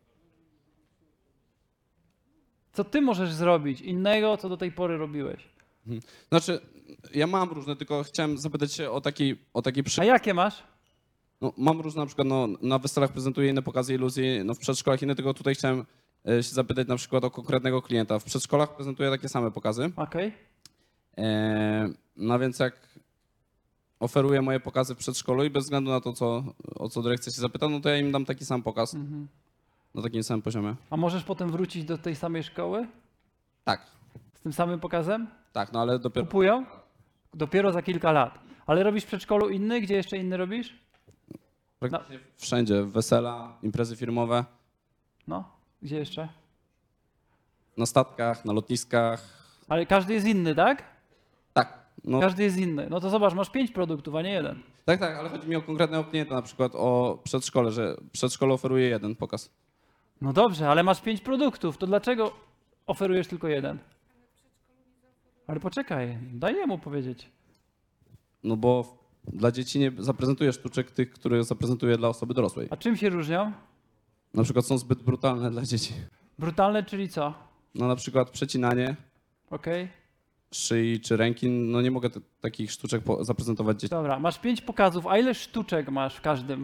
Co ty możesz zrobić innego, co do tej pory robiłeś? Znaczy, ja mam różne, tylko chciałem zapytać się o taki, o taki A przykład. jakie masz? No, mam różne, na przykład no, na weselach prezentuję inne pokazy iluzji, no, w przedszkolach inne, tylko tutaj chciałem e, się zapytać na przykład o konkretnego klienta. W przedszkolach prezentuję takie same pokazy, Okej. e, no więc jak oferuję moje pokazy w przedszkolu i bez względu na to, co, o co dyrekcja się zapyta, no to ja im dam taki sam pokaz Mhm. na takim samym poziomie. A możesz potem wrócić do tej samej szkoły Tak, z tym samym pokazem? tak, no ale dopiero... Kupują? Dopiero za kilka lat. Ale robisz w przedszkolu inny? Gdzie jeszcze inny robisz? Praktycznie wszędzie, wesela, imprezy firmowe, No, gdzie jeszcze? na statkach, na lotniskach. Ale każdy jest inny, tak? Tak, no, Każdy jest inny. No to zobacz, masz pięć produktów, a nie jeden. tak, tak, ale chodzi mi o konkretnego klienta, na przykład o przedszkole, że przedszkole oferuje jeden pokaz. No dobrze, ale masz pięć produktów, to dlaczego oferujesz tylko jeden? Ale poczekaj, daj jemu powiedzieć. No bo dla dzieci nie zaprezentuję sztuczek tych, które zaprezentuję dla osoby dorosłej. A czym się różnią? Na przykład są zbyt brutalne dla dzieci. Brutalne, czyli co? No na przykład przecinanie Okej, szyi czy ręki, no nie mogę t- takich sztuczek po- zaprezentować dzieciom. dobra. Masz pięć pokazów, a ile sztuczek masz w każdym?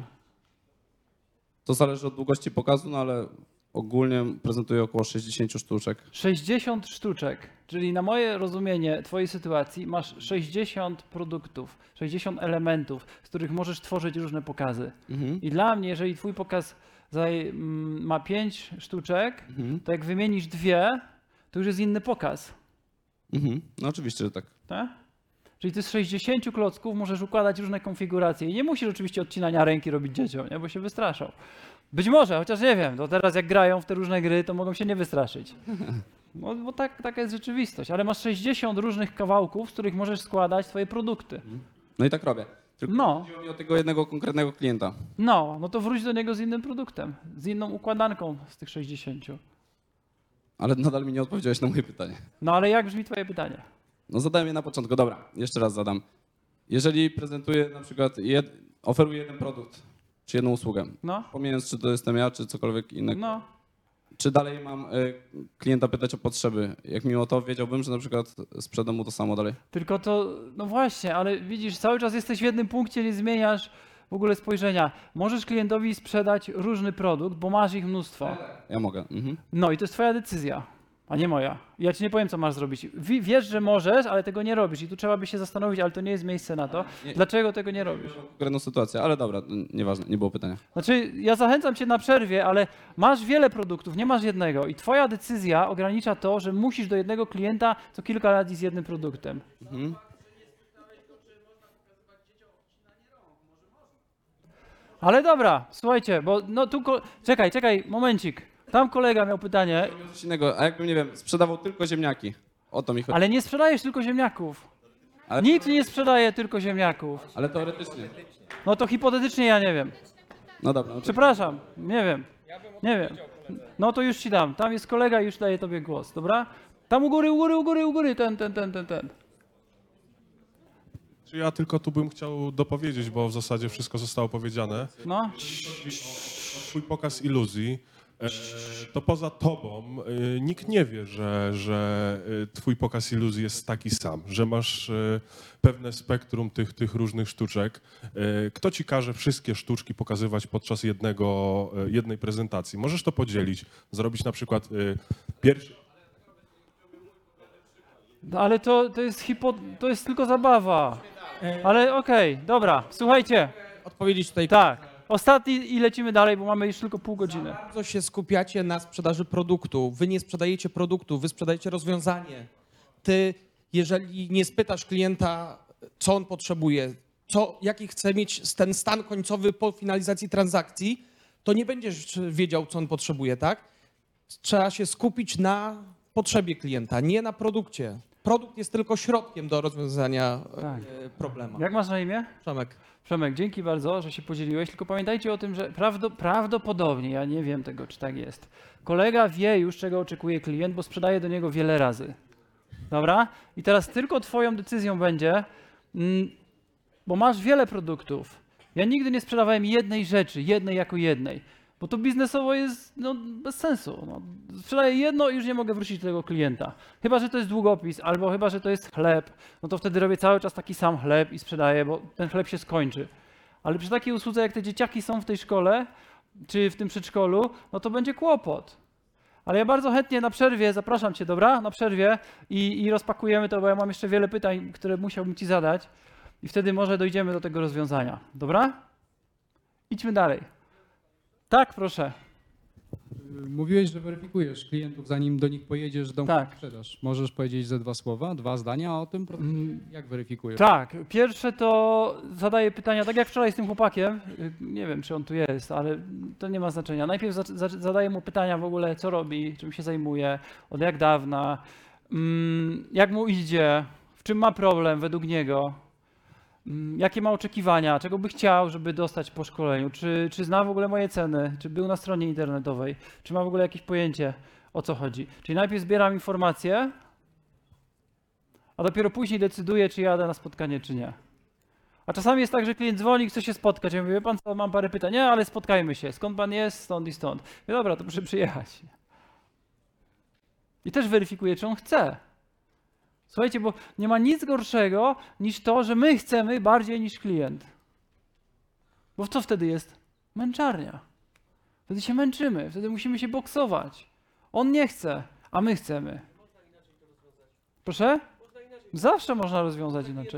To zależy od długości pokazu, no ale ogólnie prezentuję około sześćdziesiąt sztuczek. sześćdziesiąt sztuczek, czyli na moje rozumienie twojej sytuacji masz sześćdziesiąt produktów, sześćdziesiąt elementów, z których możesz tworzyć różne pokazy. Mhm. I dla mnie, jeżeli twój pokaz zaj- mm, ma pięć sztuczek, Mhm. to jak wymienisz dwie, to już jest inny pokaz. Mhm. No oczywiście, że tak. Tak? Czyli ty z sześćdziesięciu klocków możesz układać różne konfiguracje i nie musisz oczywiście odcinania ręki robić dzieciom, nie? Bo się wystraszą. Być może, chociaż nie wiem, to teraz jak grają w te różne gry, to mogą się nie wystraszyć. No, bo tak, taka jest rzeczywistość. Ale masz sześćdziesiąt różnych kawałków, z których możesz składać twoje produkty. No i tak robię. Tylko No. chodziło mi o tego jednego konkretnego klienta. No, no to wróć do niego z innym produktem, z inną układanką z tych sześćdziesięciu. Ale nadal mi nie odpowiedziałeś na moje pytanie. No ale jak brzmi twoje pytanie? No zadałem je na początku. Dobra, jeszcze raz zadam. Jeżeli prezentuję na przykład, jed, oferuję jeden produkt, czy jedną usługę, No, pomijając czy to jestem ja, czy cokolwiek innego, no. czy dalej mam y, klienta pytać o potrzeby? Jak mimo to wiedziałbym, że na przykład sprzedam mu to samo dalej. Tylko to, no właśnie, ale widzisz, cały czas jesteś w jednym punkcie, nie zmieniasz w ogóle spojrzenia. Możesz klientowi sprzedać różny produkt, bo masz ich mnóstwo. Ja mogę. Mhm. No i to jest twoja decyzja, a nie moja. Ja ci nie powiem, co masz zrobić. Wi- Wiesz, że możesz, ale tego nie robisz i tu trzeba by się zastanowić, ale to nie jest miejsce na to. Nie. Dlaczego tego nie robisz? Konkretną sytuację, ale dobra, n- nieważne, nie było pytania. Znaczy, ja zachęcam cię na przerwie, ale masz wiele produktów, nie masz jednego i twoja decyzja ogranicza to, że musisz do jednego klienta co kilka lat iść z jednym produktem. Mhm. Ale dobra, słuchajcie, bo no tu, ko- czekaj, czekaj, momencik. Tam kolega miał pytanie, Coś innego, a jakbym, nie wiem, sprzedawał tylko ziemniaki, o to mi chodzi. ale nie sprzedajesz tylko ziemniaków. Ale, Nikt nie sprzedaje tylko ziemniaków. ale teoretycznie. No to hipotetycznie ja nie wiem. No dobra, no to Przepraszam, nie wiem. Nie wiem. No to już ci dam. Tam jest kolega i już daję tobie głos, dobra? Tam u góry, u góry, u góry, u góry, ten, ten, ten, ten, ten. Czy ja tylko tu bym chciał dopowiedzieć, bo w zasadzie wszystko zostało powiedziane. No, Twój pokaz iluzji, e, to poza tobą e, nikt nie wie, że, że e, twój pokaz iluzji jest taki sam, że masz e, pewne spektrum tych, tych różnych sztuczek. E, Kto ci każe wszystkie sztuczki pokazywać podczas jednego, e, jednej prezentacji? Możesz to podzielić, zrobić na przykład e, pierwszy. no ale to, to jest hipo, to jest tylko zabawa. Ale okej, dobra, słuchajcie, Odpowiedzieć tutaj. tak. Ostatni i lecimy dalej, bo mamy już tylko pół godziny. Bardzo się skupiacie na sprzedaży produktu. Wy nie sprzedajecie produktu, wy sprzedajecie rozwiązanie. Ty, jeżeli nie spytasz klienta, co on potrzebuje, co, jaki chce mieć ten stan końcowy po finalizacji transakcji, to nie będziesz wiedział, co on potrzebuje, tak? Trzeba się skupić na potrzebie klienta, nie na produkcie. Produkt jest tylko środkiem do rozwiązania Tak. e, problemu. Jak masz na imię? Przemek. Przemek, dzięki bardzo, że się podzieliłeś, tylko pamiętajcie o tym, że prawdo, prawdopodobnie, ja nie wiem tego, czy tak jest, kolega wie już, czego oczekuje klient, bo sprzedaje do niego wiele razy. Dobra? I teraz tylko twoją decyzją będzie, mm, bo masz wiele produktów. Ja nigdy nie sprzedawałem jednej rzeczy, jednej jako jednej, bo to biznesowo jest no, bez sensu. No. Sprzedaję jedno i już nie mogę wrócić do tego klienta. Chyba, że to jest długopis, albo chyba, że to jest chleb, no to wtedy robię cały czas taki sam chleb i sprzedaję, bo ten chleb się skończy. Ale przy takiej usłudze, jak te dzieciaki są w tej szkole, czy w tym przedszkolu, no to będzie kłopot. Ale ja bardzo chętnie na przerwie, zapraszam cię, dobra? Na przerwie i, i rozpakujemy to, bo ja mam jeszcze wiele pytań, które musiałbym ci zadać i wtedy może dojdziemy do tego rozwiązania, dobra? Idźmy dalej. Tak, proszę. Mówiłeś, że weryfikujesz klientów, zanim do nich pojedziesz, do Tak. sprzedaż. Możesz powiedzieć ze dwa słowa, dwa zdania o tym? Mm, Jak weryfikujesz? Tak, pierwsze to zadaję pytania, tak jak wczoraj z tym chłopakiem, y, nie wiem czy on tu jest, ale to nie ma znaczenia. Najpierw za, za, zadaję mu pytania w ogóle, co robi, czym się zajmuje, od jak dawna, mm, jak mu idzie, w czym ma problem według niego, mm, jakie ma oczekiwania, czego by chciał, żeby dostać po szkoleniu, czy, czy zna w ogóle moje ceny, czy był na stronie internetowej, czy ma w ogóle jakieś pojęcie, o co chodzi. Czyli najpierw zbieram informacje, a dopiero później decyduję, czy jadę na spotkanie, czy nie. A czasami jest tak, że klient dzwoni, chce się spotkać. Ja mówię, wie pan co, mam parę pytań. Nie, ale spotkajmy się. Skąd pan jest? Stąd i stąd. Ja, dobra, to proszę przyjechać. I też weryfikuję, czy on chce. Słuchajcie, bo nie ma nic gorszego niż to, że my chcemy bardziej niż klient. Bo co wtedy jest? Męczarnia. Wtedy się męczymy, wtedy musimy się boksować. On nie chce, a my chcemy. Proszę? Zawsze można rozwiązać inaczej.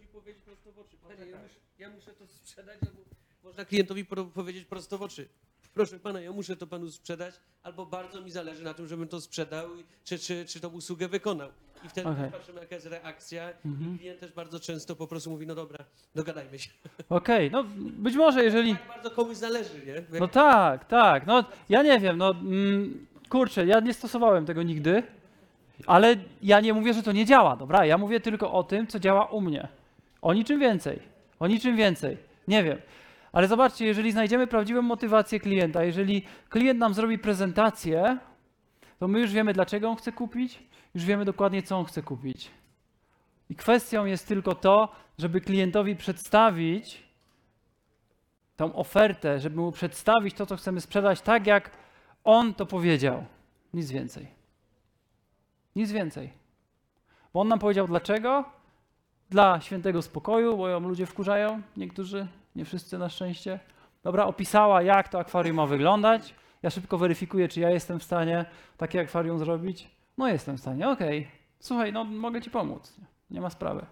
Ja muszę to sprzedać, albo można klientowi pro- powiedzieć prosto w oczy. Proszę pana, ja muszę to panu sprzedać, albo bardzo mi zależy na tym, żebym to sprzedał, i- czy, czy, czy tą usługę wykonał. I wtedy Okej. patrzymy, jaka jest reakcja Mhm. i klient też bardzo często po prostu mówi, no dobra, dogadajmy się. Okej, no być może jeżeli... Tak bardzo komuś zależy, nie? No tak, tak, no ja nie wiem, no mm, kurczę, ja nie stosowałem tego nigdy, ale ja nie mówię, że to nie działa, dobra? Ja mówię tylko o tym, co działa u mnie. O niczym więcej, o niczym więcej, nie wiem. Ale zobaczcie, jeżeli znajdziemy prawdziwą motywację klienta, jeżeli klient nam zrobi prezentację, to my już wiemy, dlaczego on chce kupić, już wiemy dokładnie, co on chce kupić. I kwestią jest tylko to, żeby klientowi przedstawić tą ofertę, żeby mu przedstawić to, co chcemy sprzedać, tak jak on to powiedział. Nic więcej. Nic więcej. Bo on nam powiedział dlaczego? Dla świętego spokoju, bo ją ludzie wkurzają, niektórzy, nie wszyscy na szczęście. Dobra, opisała, jak to akwarium ma wyglądać. Ja szybko weryfikuję, czy ja jestem w stanie takie akwarium zrobić. No jestem w stanie, okej. Słuchaj, no mogę ci pomóc. Nie ma sprawy.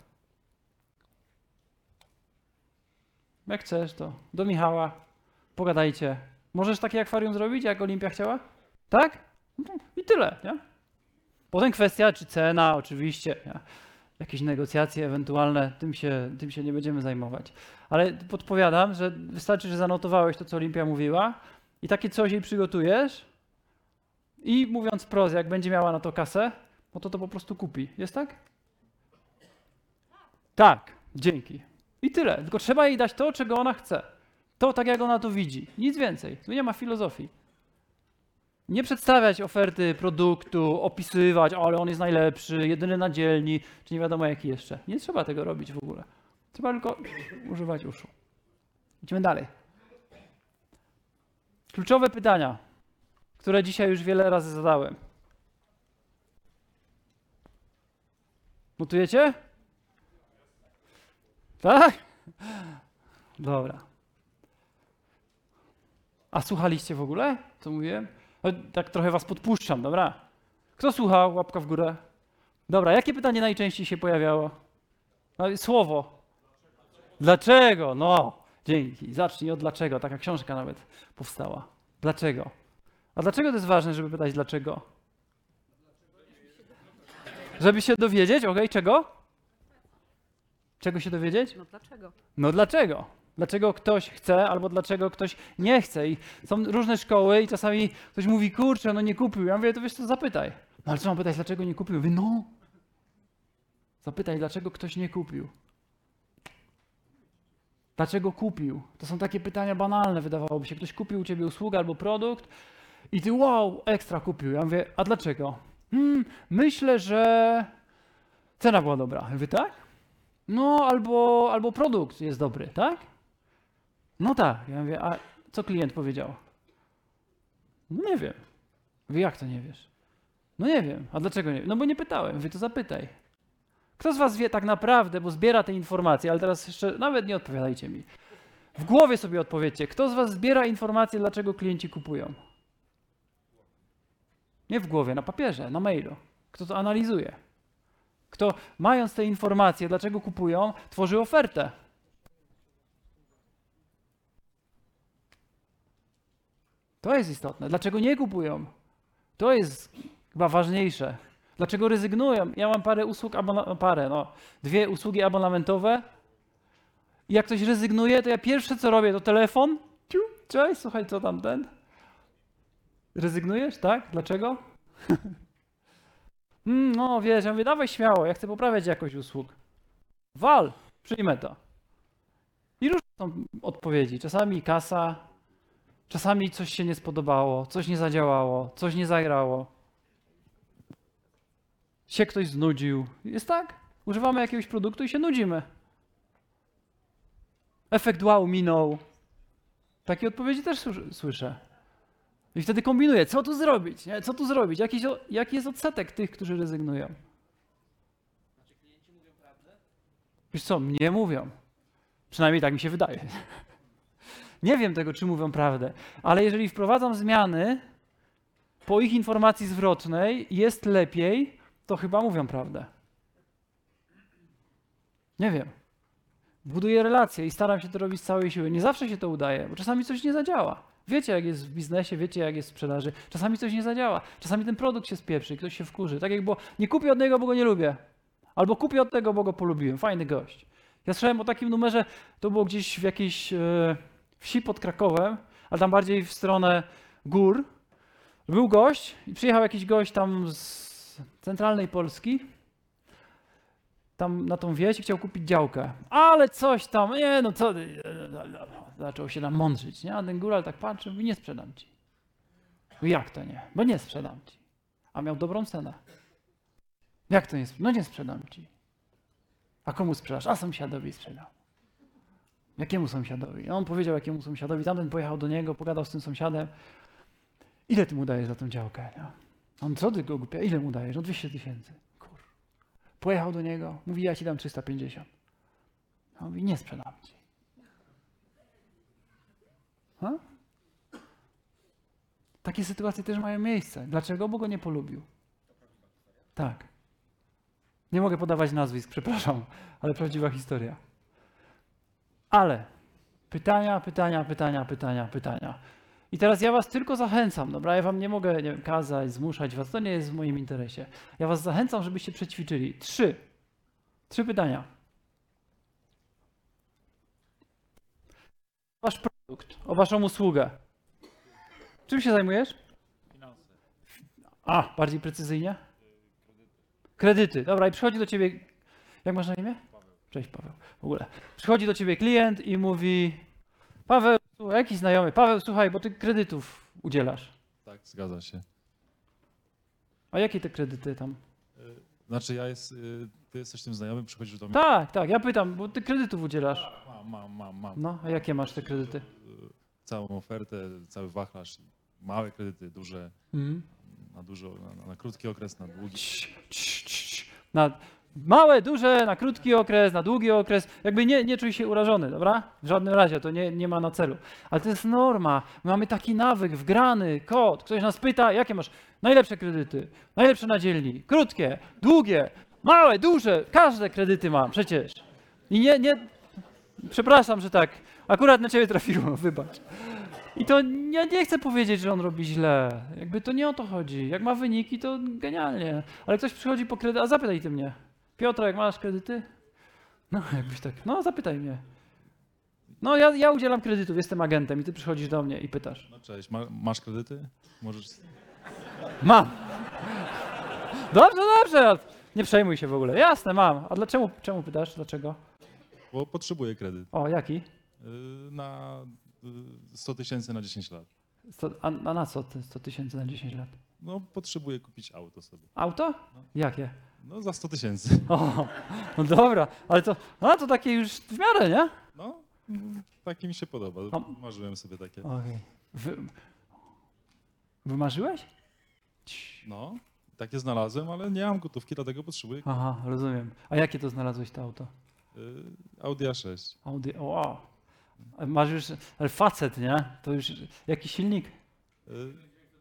Jak chcesz, to do Michała, pogadajcie. Możesz takie akwarium zrobić, jak Olimpia chciała? Tak? No i tyle, nie? Potem kwestia, czy cena, oczywiście, nie? Jakieś negocjacje ewentualne, tym się, tym się nie będziemy zajmować. Ale podpowiadam, że wystarczy, że zanotowałeś to, co Olimpia mówiła i takie coś jej przygotujesz i mówiąc wprost, jak będzie miała na to kasę, no to to po prostu kupi. Jest tak? Tak, dzięki. I tyle. Tylko trzeba jej dać to, czego ona chce. To tak, jak ona to widzi. Nic więcej. Tu nie ma filozofii. Nie przedstawiać oferty produktu, opisywać, ale on jest najlepszy, jedyny na dzielni, czy nie wiadomo jaki jeszcze. Nie trzeba tego robić w ogóle. Trzeba tylko używać uszu. Idźmy dalej. Kluczowe pytania, które dzisiaj już wiele razy zadałem. Notujecie? Tak? Dobra. A słuchaliście w ogóle, co mówiłem? No, tak trochę was podpuszczam, dobra. Kto słuchał? Łapka w górę. Dobra, jakie pytanie najczęściej się pojawiało? No, słowo. Dlaczego? No, dzięki. Zacznij od dlaczego. Taka książka nawet powstała. Dlaczego? A dlaczego to jest ważne, żeby pytać dlaczego? Żeby się dowiedzieć, okej, czego? Czego się dowiedzieć? No dlaczego? No dlaczego? Dlaczego ktoś chce albo dlaczego ktoś nie chce. I są różne szkoły i czasami ktoś mówi, kurczę, no nie kupił. Ja mówię, to wiesz co, zapytaj. No ale co mam pytać, dlaczego nie kupił? Mówię, no. Zapytaj, dlaczego ktoś nie kupił. Dlaczego kupił? To są takie pytania banalne, wydawałoby się. Ktoś kupił u ciebie usługę albo produkt i ty wow, ekstra kupił. Ja mówię, a dlaczego? Hmm, myślę, że cena była dobra. Ja mówię, tak? No, albo, albo produkt jest dobry, tak? No tak. Ja mówię, a co klient powiedział? No nie wiem. Mówię, jak to nie wiesz? No nie wiem. A dlaczego nie? No bo nie pytałem. Mówię, to zapytaj. Kto z was wie tak naprawdę, bo zbiera te informacje, ale teraz jeszcze nawet nie odpowiadajcie mi. W głowie sobie odpowiedzcie, kto z was zbiera informacje, dlaczego klienci kupują? Nie w głowie, na papierze, na mailu. Kto to analizuje? Kto, mając te informacje, dlaczego kupują, tworzy ofertę? To jest istotne. Dlaczego nie kupują? To jest chyba ważniejsze. Dlaczego rezygnują? Ja mam parę usług, abona- parę, no, dwie usługi abonamentowe. I jak ktoś rezygnuje, to ja pierwsze co robię, to telefon. Ciu, cześć, słuchaj, co tam ten? Rezygnujesz, tak? Dlaczego? mm, no wiesz, ja mówię, dawaj śmiało, ja chcę poprawiać jakość usług. Wal, przyjmę to. I różne są odpowiedzi. Czasami kasa, czasami coś się nie spodobało, coś nie zadziałało, coś nie zagrało. Się ktoś znudził. Jest tak? Używamy jakiegoś produktu i się nudzimy. Efekt wow minął. Takie odpowiedzi też słyszę. I wtedy kombinuję, co tu zrobić, nie? Co tu zrobić, jaki, jaki jest odsetek tych, którzy rezygnują. Znaczy klienci mówią prawdę? Wiesz co, mnie mówią. Przynajmniej tak mi się wydaje. Nie wiem tego, czy mówią prawdę, ale jeżeli wprowadzam zmiany, po ich informacji zwrotnej jest lepiej, to chyba mówią prawdę. Nie wiem. Buduję relacje i staram się to robić z całej siły. Nie zawsze się to udaje, bo czasami coś nie zadziała. Wiecie, jak jest w biznesie, wiecie, jak jest w sprzedaży. Czasami coś nie zadziała. Czasami ten produkt się spieprzy, ktoś się wkurzy. Tak jak było, nie kupię od niego, bo go nie lubię. Albo kupię od tego, bo go polubiłem. Fajny gość. Ja słyszałem o takim numerze, to było gdzieś w jakiejś e, wsi pod Krakowem, ale tam bardziej w stronę gór. Był gość i przyjechał jakiś gość tam z centralnej Polski, tam na tą wieś i chciał kupić działkę. Ale coś tam, nie no co, zaczął się nam mądrzyć, nie? A ten góral tak patrzy, mówi, nie sprzedam ci. Mówi, jak to nie? Bo nie sprzedam ci. A miał dobrą cenę. Jak to nie sprzedam? No nie sprzedam ci. A komu sprzedasz? A sąsiadowi sprzedam. Jakiemu sąsiadowi? A on powiedział jakiemu sąsiadowi, tamten pojechał do niego, pogadał z tym sąsiadem. Ile ty mu dajesz za tą działkę? Nie? On, co ty go głupia? Ile mu dajesz? No dwieście tysięcy. Kur. Pojechał do niego, mówi, ja ci dam trzysta pięćdziesiąt. A on mówi, nie sprzedam ci. Ha? Takie sytuacje też mają miejsce. Dlaczego? Bo go nie polubił. Tak. Nie mogę podawać nazwisk, przepraszam, ale prawdziwa historia. Ale pytania, pytania, pytania, pytania, pytania. I teraz ja was tylko zachęcam, dobra? Ja wam nie mogę nie wiem, kazać, zmuszać was, to nie jest w moim interesie. Ja was zachęcam, żebyście przećwiczyli. Trzy. Trzy pytania. Wasz produkt, o waszą usługę. Czym się zajmujesz? Finanse. A, bardziej precyzyjnie? Kredyty. Dobra, i przychodzi do ciebie, jak masz na imię? Paweł. Cześć Paweł. W ogóle. Przychodzi do ciebie klient i mówi, Paweł, jakiś znajomy, Paweł, słuchaj, bo ty kredytów udzielasz. Tak, zgadza się. A jakie te kredyty tam? Znaczy ja jest, ty jesteś tym znajomym, przychodzisz do mnie. Tak, tak, ja pytam, bo ty kredytów udzielasz. Mam, mam, mam, mam. No, a jakie masz te kredyty? Całą ofertę, cały wachlarz. Małe kredyty, duże, Mhm. na dużo, na, na krótki okres, na długi. Cii, cii, cii. Na małe, duże, na krótki okres, na długi okres. Jakby nie, nie czuj się urażony, dobra? W żadnym razie, to nie, nie ma na celu. Ale to jest norma. My mamy taki nawyk, wgrany kod. Ktoś nas pyta, jakie masz najlepsze kredyty, najlepsze na dzielni, krótkie, długie, małe, duże. Każde kredyty mam przecież. I nie, nie, przepraszam, że tak, akurat na ciebie trafiło, wybacz. I to ja nie chcę powiedzieć, że on robi źle. Jakby to nie o to chodzi. Jak ma wyniki, to genialnie. Ale ktoś przychodzi po kredyt, a zapytaj ty mnie. Piotr, jak masz kredyty? No jakbyś tak, no zapytaj mnie. No ja, ja udzielam kredytów, jestem agentem i ty przychodzisz do mnie i pytasz. No cześć, ma, masz kredyty? Możesz... Mam. Dobrze, dobrze. Nie przejmuj się w ogóle. Jasne, mam. A dlaczego czemu pytasz? Dlaczego? Bo potrzebuję kredyt. O, jaki? Yy, na sto tysięcy na dziesięć lat. sto, a, a na co te sto tysięcy na dziesięć lat? No potrzebuję kupić auto sobie. Auto? Jakie? No za sto tysięcy. O, no dobra, ale to, no to takie już w miarę, nie? No, takie mi się podoba. Marzyłem sobie takie. Okej. Wy, wymarzyłeś? No, takie znalazłem, ale nie mam gotówki, dlatego potrzebuję. Aha, rozumiem. A jakie to znalazłeś to auto? Yy, Audi A sześć. Audi, o, o. A masz już, ale facet, nie? To już, jaki silnik? Y,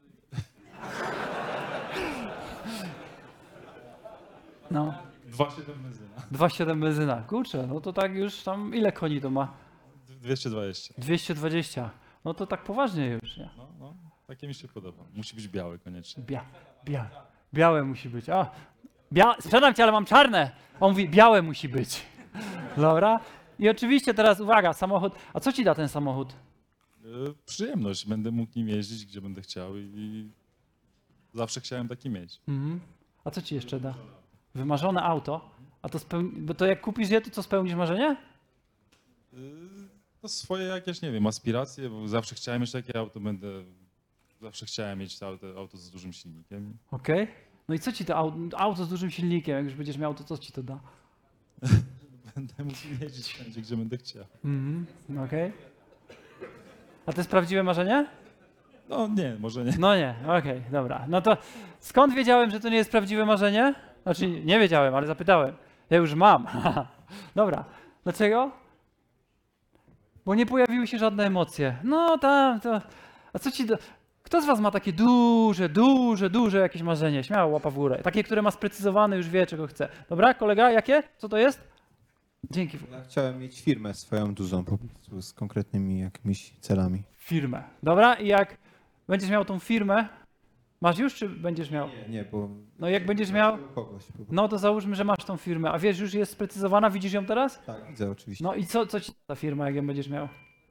No. dwa przecinek siedem benzyna. dwa przecinek siedem benzyna. Kurczę, no to tak już tam, ile koni to ma? dwieście dwadzieścia. dwieście dwadzieścia. No to tak poważnie już, nie? No, no, takie mi się podoba. Musi być biały koniecznie. Bia, bia, białe musi być. A, bia, sprzedam cię, ale mam czarne. On mówi, białe musi być. Dobra? I oczywiście teraz uwaga, samochód. A co ci da ten samochód? Y, przyjemność. Będę mógł nim jeździć, gdzie będę chciał i, i zawsze chciałem taki mieć. Mhm. A co ci jeszcze da? Wymarzone auto? A to spełni... Bo to jak kupisz je, to co spełnisz marzenie? Y, to swoje jakieś, nie wiem, aspiracje, bo zawsze chciałem mieć takie auto, będę... Zawsze chciałem mieć to auto, auto z dużym silnikiem. Okej. No i co ci to auto, auto z dużym silnikiem, jak już będziesz miał, to co ci to da? Będę mógł jeździć wszędzie, gdzie będę chciał. Mhm. Okej. A to jest prawdziwe marzenie? No nie, może nie. No nie, okej, dobra. No to skąd wiedziałem, że to nie jest prawdziwe marzenie? Znaczy nie wiedziałem, ale zapytałem. Ja już mam. Dobra. Dlaczego? Bo nie pojawiły się żadne emocje. No tam, to... A co ci... Do... Kto z was ma takie duże, duże, duże jakieś marzenie? Śmiało, łapa w górę. Takie, które ma sprecyzowane, już wie, czego chce. Dobra, kolega, jakie? Co to jest? Dzięki. Ja chciałem mieć firmę swoją dużą, po prostu z konkretnymi jakimiś celami. Firmę. Dobra, i jak będziesz miał tą firmę, masz już, czy będziesz miał? Nie, nie, bo... No jak będziesz miał, Kogoś, po prostu. no to załóżmy, że masz tą firmę, a wiesz, już jest sprecyzowana, widzisz ją teraz? Tak, widzę oczywiście. No i co, co ci ta firma, jak ją będziesz miał?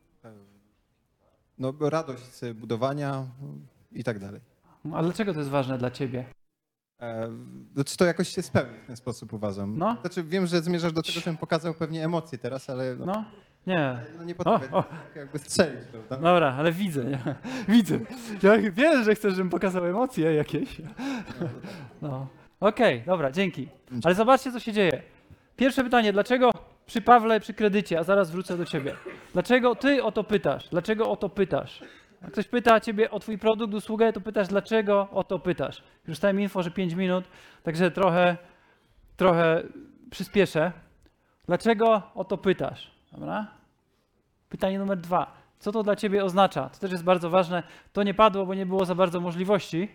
No bo radość z budowania i tak dalej. A dlaczego to jest ważne dla ciebie? E, Znaczy to jakoś się spełni w ten sposób, uważam. No. Znaczy wiem, że zmierzasz do tego, żebym pokazał pewnie emocje teraz, ale no, No, nie. no nie O, potrafię o. tak jakby strzelić, prawda? Dobra, ale widzę, nie? Widzę. Ja wiem, że chcesz, żebym pokazał emocje jakieś. No. Okej, dobra, dzięki. Ale zobaczcie, co się dzieje. Pierwsze pytanie, dlaczego przy Pawle, przy kredycie, a zaraz wrócę do ciebie. Dlaczego ty o to pytasz? Dlaczego o to pytasz? Jak ktoś pyta ciebie o twój produkt, usługę, to pytasz, dlaczego o to pytasz. Już dostałem info, że pięć minut, także trochę, trochę przyspieszę. Dlaczego o to pytasz? Dobra? Pytanie numer dwa. Co to dla ciebie oznacza? To też jest bardzo ważne. To nie padło, bo nie było za bardzo możliwości.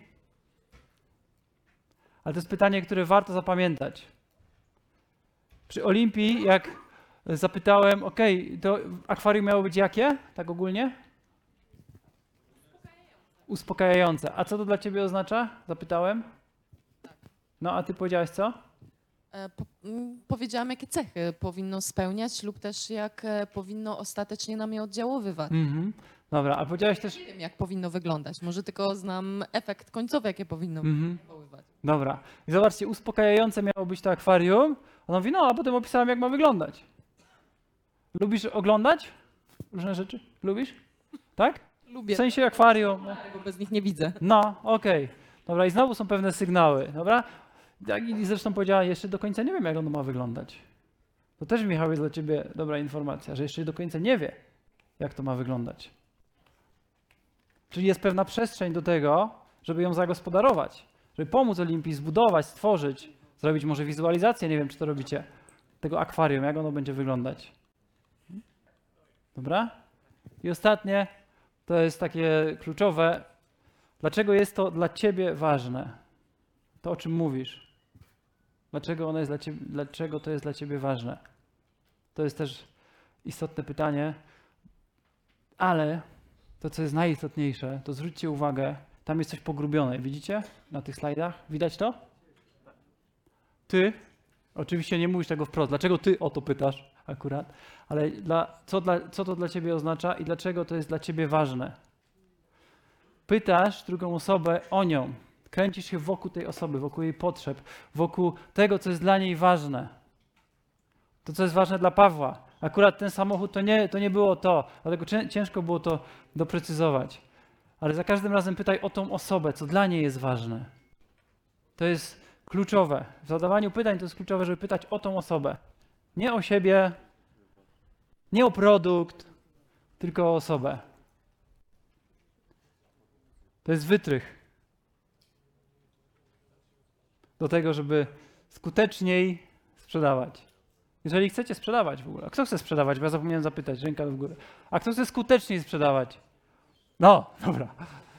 Ale to jest pytanie, które warto zapamiętać. Przy Olimpii, jak zapytałem, ok, to akwarium miało być jakie? Tak ogólnie? Uspokajające. A co to dla ciebie oznacza? Zapytałem. No, a ty powiedziałeś co? E, Po, m, powiedziałam, jakie cechy powinno spełniać lub też jak e, powinno ostatecznie na mnie oddziaływać. Mhm. Dobra, a powiedziałeś też... Nie wiem, jak powinno wyglądać. Może tylko znam efekt końcowy, jakie powinno Mhm. wywoływać. Dobra. I zobaczcie, uspokajające miało być to akwarium. Ona mówi, no, a potem opisałem, jak ma wyglądać. Lubisz oglądać różne rzeczy? Lubisz? Tak? Lubię. W sensie akwarium. No. Bo bez nich nie widzę. No, okej. Dobra, i znowu są pewne sygnały, dobra? Jak i zresztą powiedziała, jeszcze do końca nie wiem, jak ono ma wyglądać. To też, Michał, jest dla ciebie dobra informacja, że jeszcze do końca nie wie, jak to ma wyglądać. Czyli jest pewna przestrzeń do tego, żeby ją zagospodarować, żeby pomóc Olimpii zbudować, stworzyć, zrobić może wizualizację, nie wiem, czy to robicie, tego akwarium, jak ono będzie wyglądać. Dobra? I ostatnie, to jest takie kluczowe. Dlaczego jest to dla ciebie ważne? To, o czym mówisz. Dlaczego ono jest dla ciebie, dlaczego to jest dla ciebie ważne? To jest też istotne pytanie, ale to, co jest najistotniejsze, to zwróćcie uwagę, tam jest coś pogrubione. Widzicie na tych slajdach? Widać to? Ty, oczywiście nie mówisz tego wprost, dlaczego ty o to pytasz akurat, ale dla, co, dla, co to dla ciebie oznacza i dlaczego to jest dla ciebie ważne? Pytasz drugą osobę o nią, kręcisz się wokół tej osoby, wokół jej potrzeb, wokół tego, co jest dla niej ważne. To, co jest ważne dla Pawła. Akurat ten samochód to nie, to nie było to, dlatego ciężko było to doprecyzować. Ale za każdym razem pytaj o tą osobę, co dla niej jest ważne. To jest kluczowe. W zadawaniu pytań to jest kluczowe, żeby pytać o tą osobę. Nie o siebie, nie o produkt, tylko o osobę. To jest wytrych do tego, żeby skuteczniej sprzedawać. Jeżeli chcecie sprzedawać w ogóle. A kto chce sprzedawać? Bo ja zapomniałem zapytać, ręka do góry. A kto chce skuteczniej sprzedawać? No, dobra.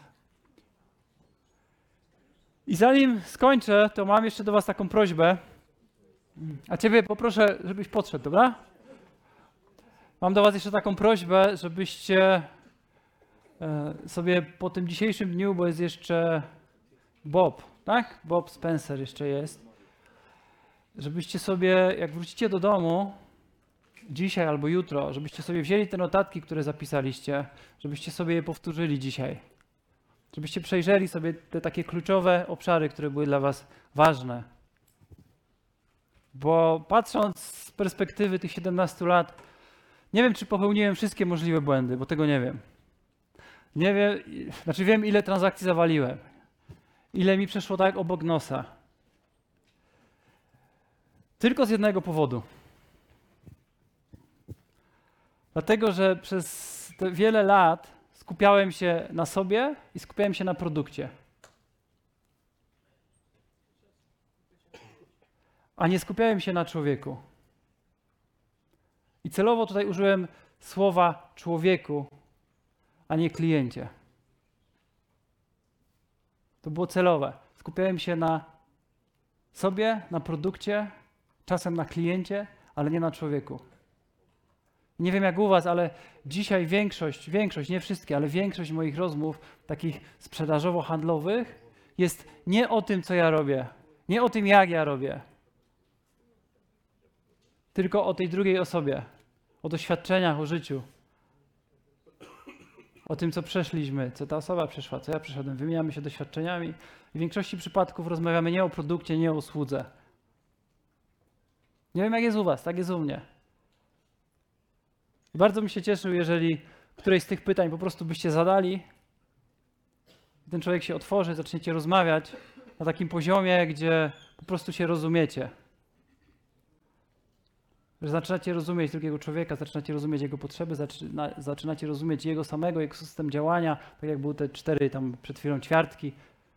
I zanim skończę, to mam jeszcze do was taką prośbę. A ciebie poproszę, żebyś podszedł, dobra? Mam do was jeszcze taką prośbę, żebyście e, sobie po tym dzisiejszym dniu, bo jest jeszcze Bob, tak? Bob Spencer jeszcze jest. Żebyście sobie, jak wrócicie do domu, dzisiaj albo jutro, żebyście sobie wzięli te notatki, które zapisaliście, żebyście sobie je powtórzyli dzisiaj. Żebyście przejrzeli sobie te takie kluczowe obszary, które były dla was ważne. Bo patrząc z perspektywy tych siedemnastu lat, nie wiem, czy popełniłem wszystkie możliwe błędy, bo tego nie wiem. Nie wiem, znaczy wiem, ile transakcji zawaliłem, ile mi przeszło tak obok nosa. Tylko z jednego powodu. Dlatego, że przez te wiele lat skupiałem się na sobie i skupiałem się na produkcie. A nie skupiałem się na człowieku. I celowo tutaj użyłem słowa człowieku, a nie kliencie. To było celowe. Skupiałem się na sobie, na produkcie, czasem na kliencie, ale nie na człowieku. Nie wiem jak u was, ale dzisiaj większość, większość, nie wszystkie, ale większość moich rozmów takich sprzedażowo-handlowych jest nie o tym, co ja robię, nie o tym, jak ja robię, tylko o tej drugiej osobie, o doświadczeniach, o życiu, o tym, co przeszliśmy, co ta osoba przeszła, co ja przeszedłem. Wymieniamy się doświadczeniami i w większości przypadków rozmawiamy nie o produkcie, nie o usłudze. Nie wiem, jak jest u was, tak jest u mnie. I bardzo bym się cieszył, jeżeli któreś z tych pytań po prostu byście zadali, ten człowiek się otworzy, zaczniecie rozmawiać na takim poziomie, gdzie po prostu się rozumiecie. Że zaczynacie rozumieć drugiego człowieka, zaczynacie rozumieć jego potrzeby, zaczyna, zaczynacie rozumieć jego samego, jego system działania, tak jak były te cztery tam przed chwilą ćwiartki.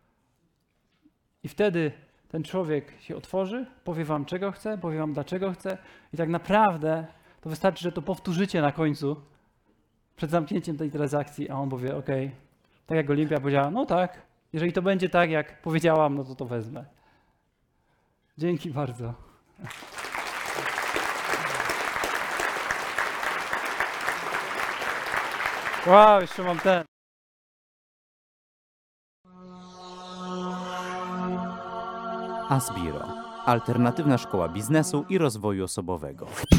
I wtedy ten człowiek się otworzy, powie wam, czego chce, powie wam, dlaczego chce i tak naprawdę to wystarczy, że to powtórzycie na końcu przed zamknięciem tej transakcji, a on powie, ok, tak jak Olimpia powiedziała, no tak, jeżeli to będzie tak, jak powiedziałam, no to to wezmę. Dzięki bardzo. Wow, jeszcze mam ten. Asbiro. Alternatywna szkoła biznesu i rozwoju osobowego.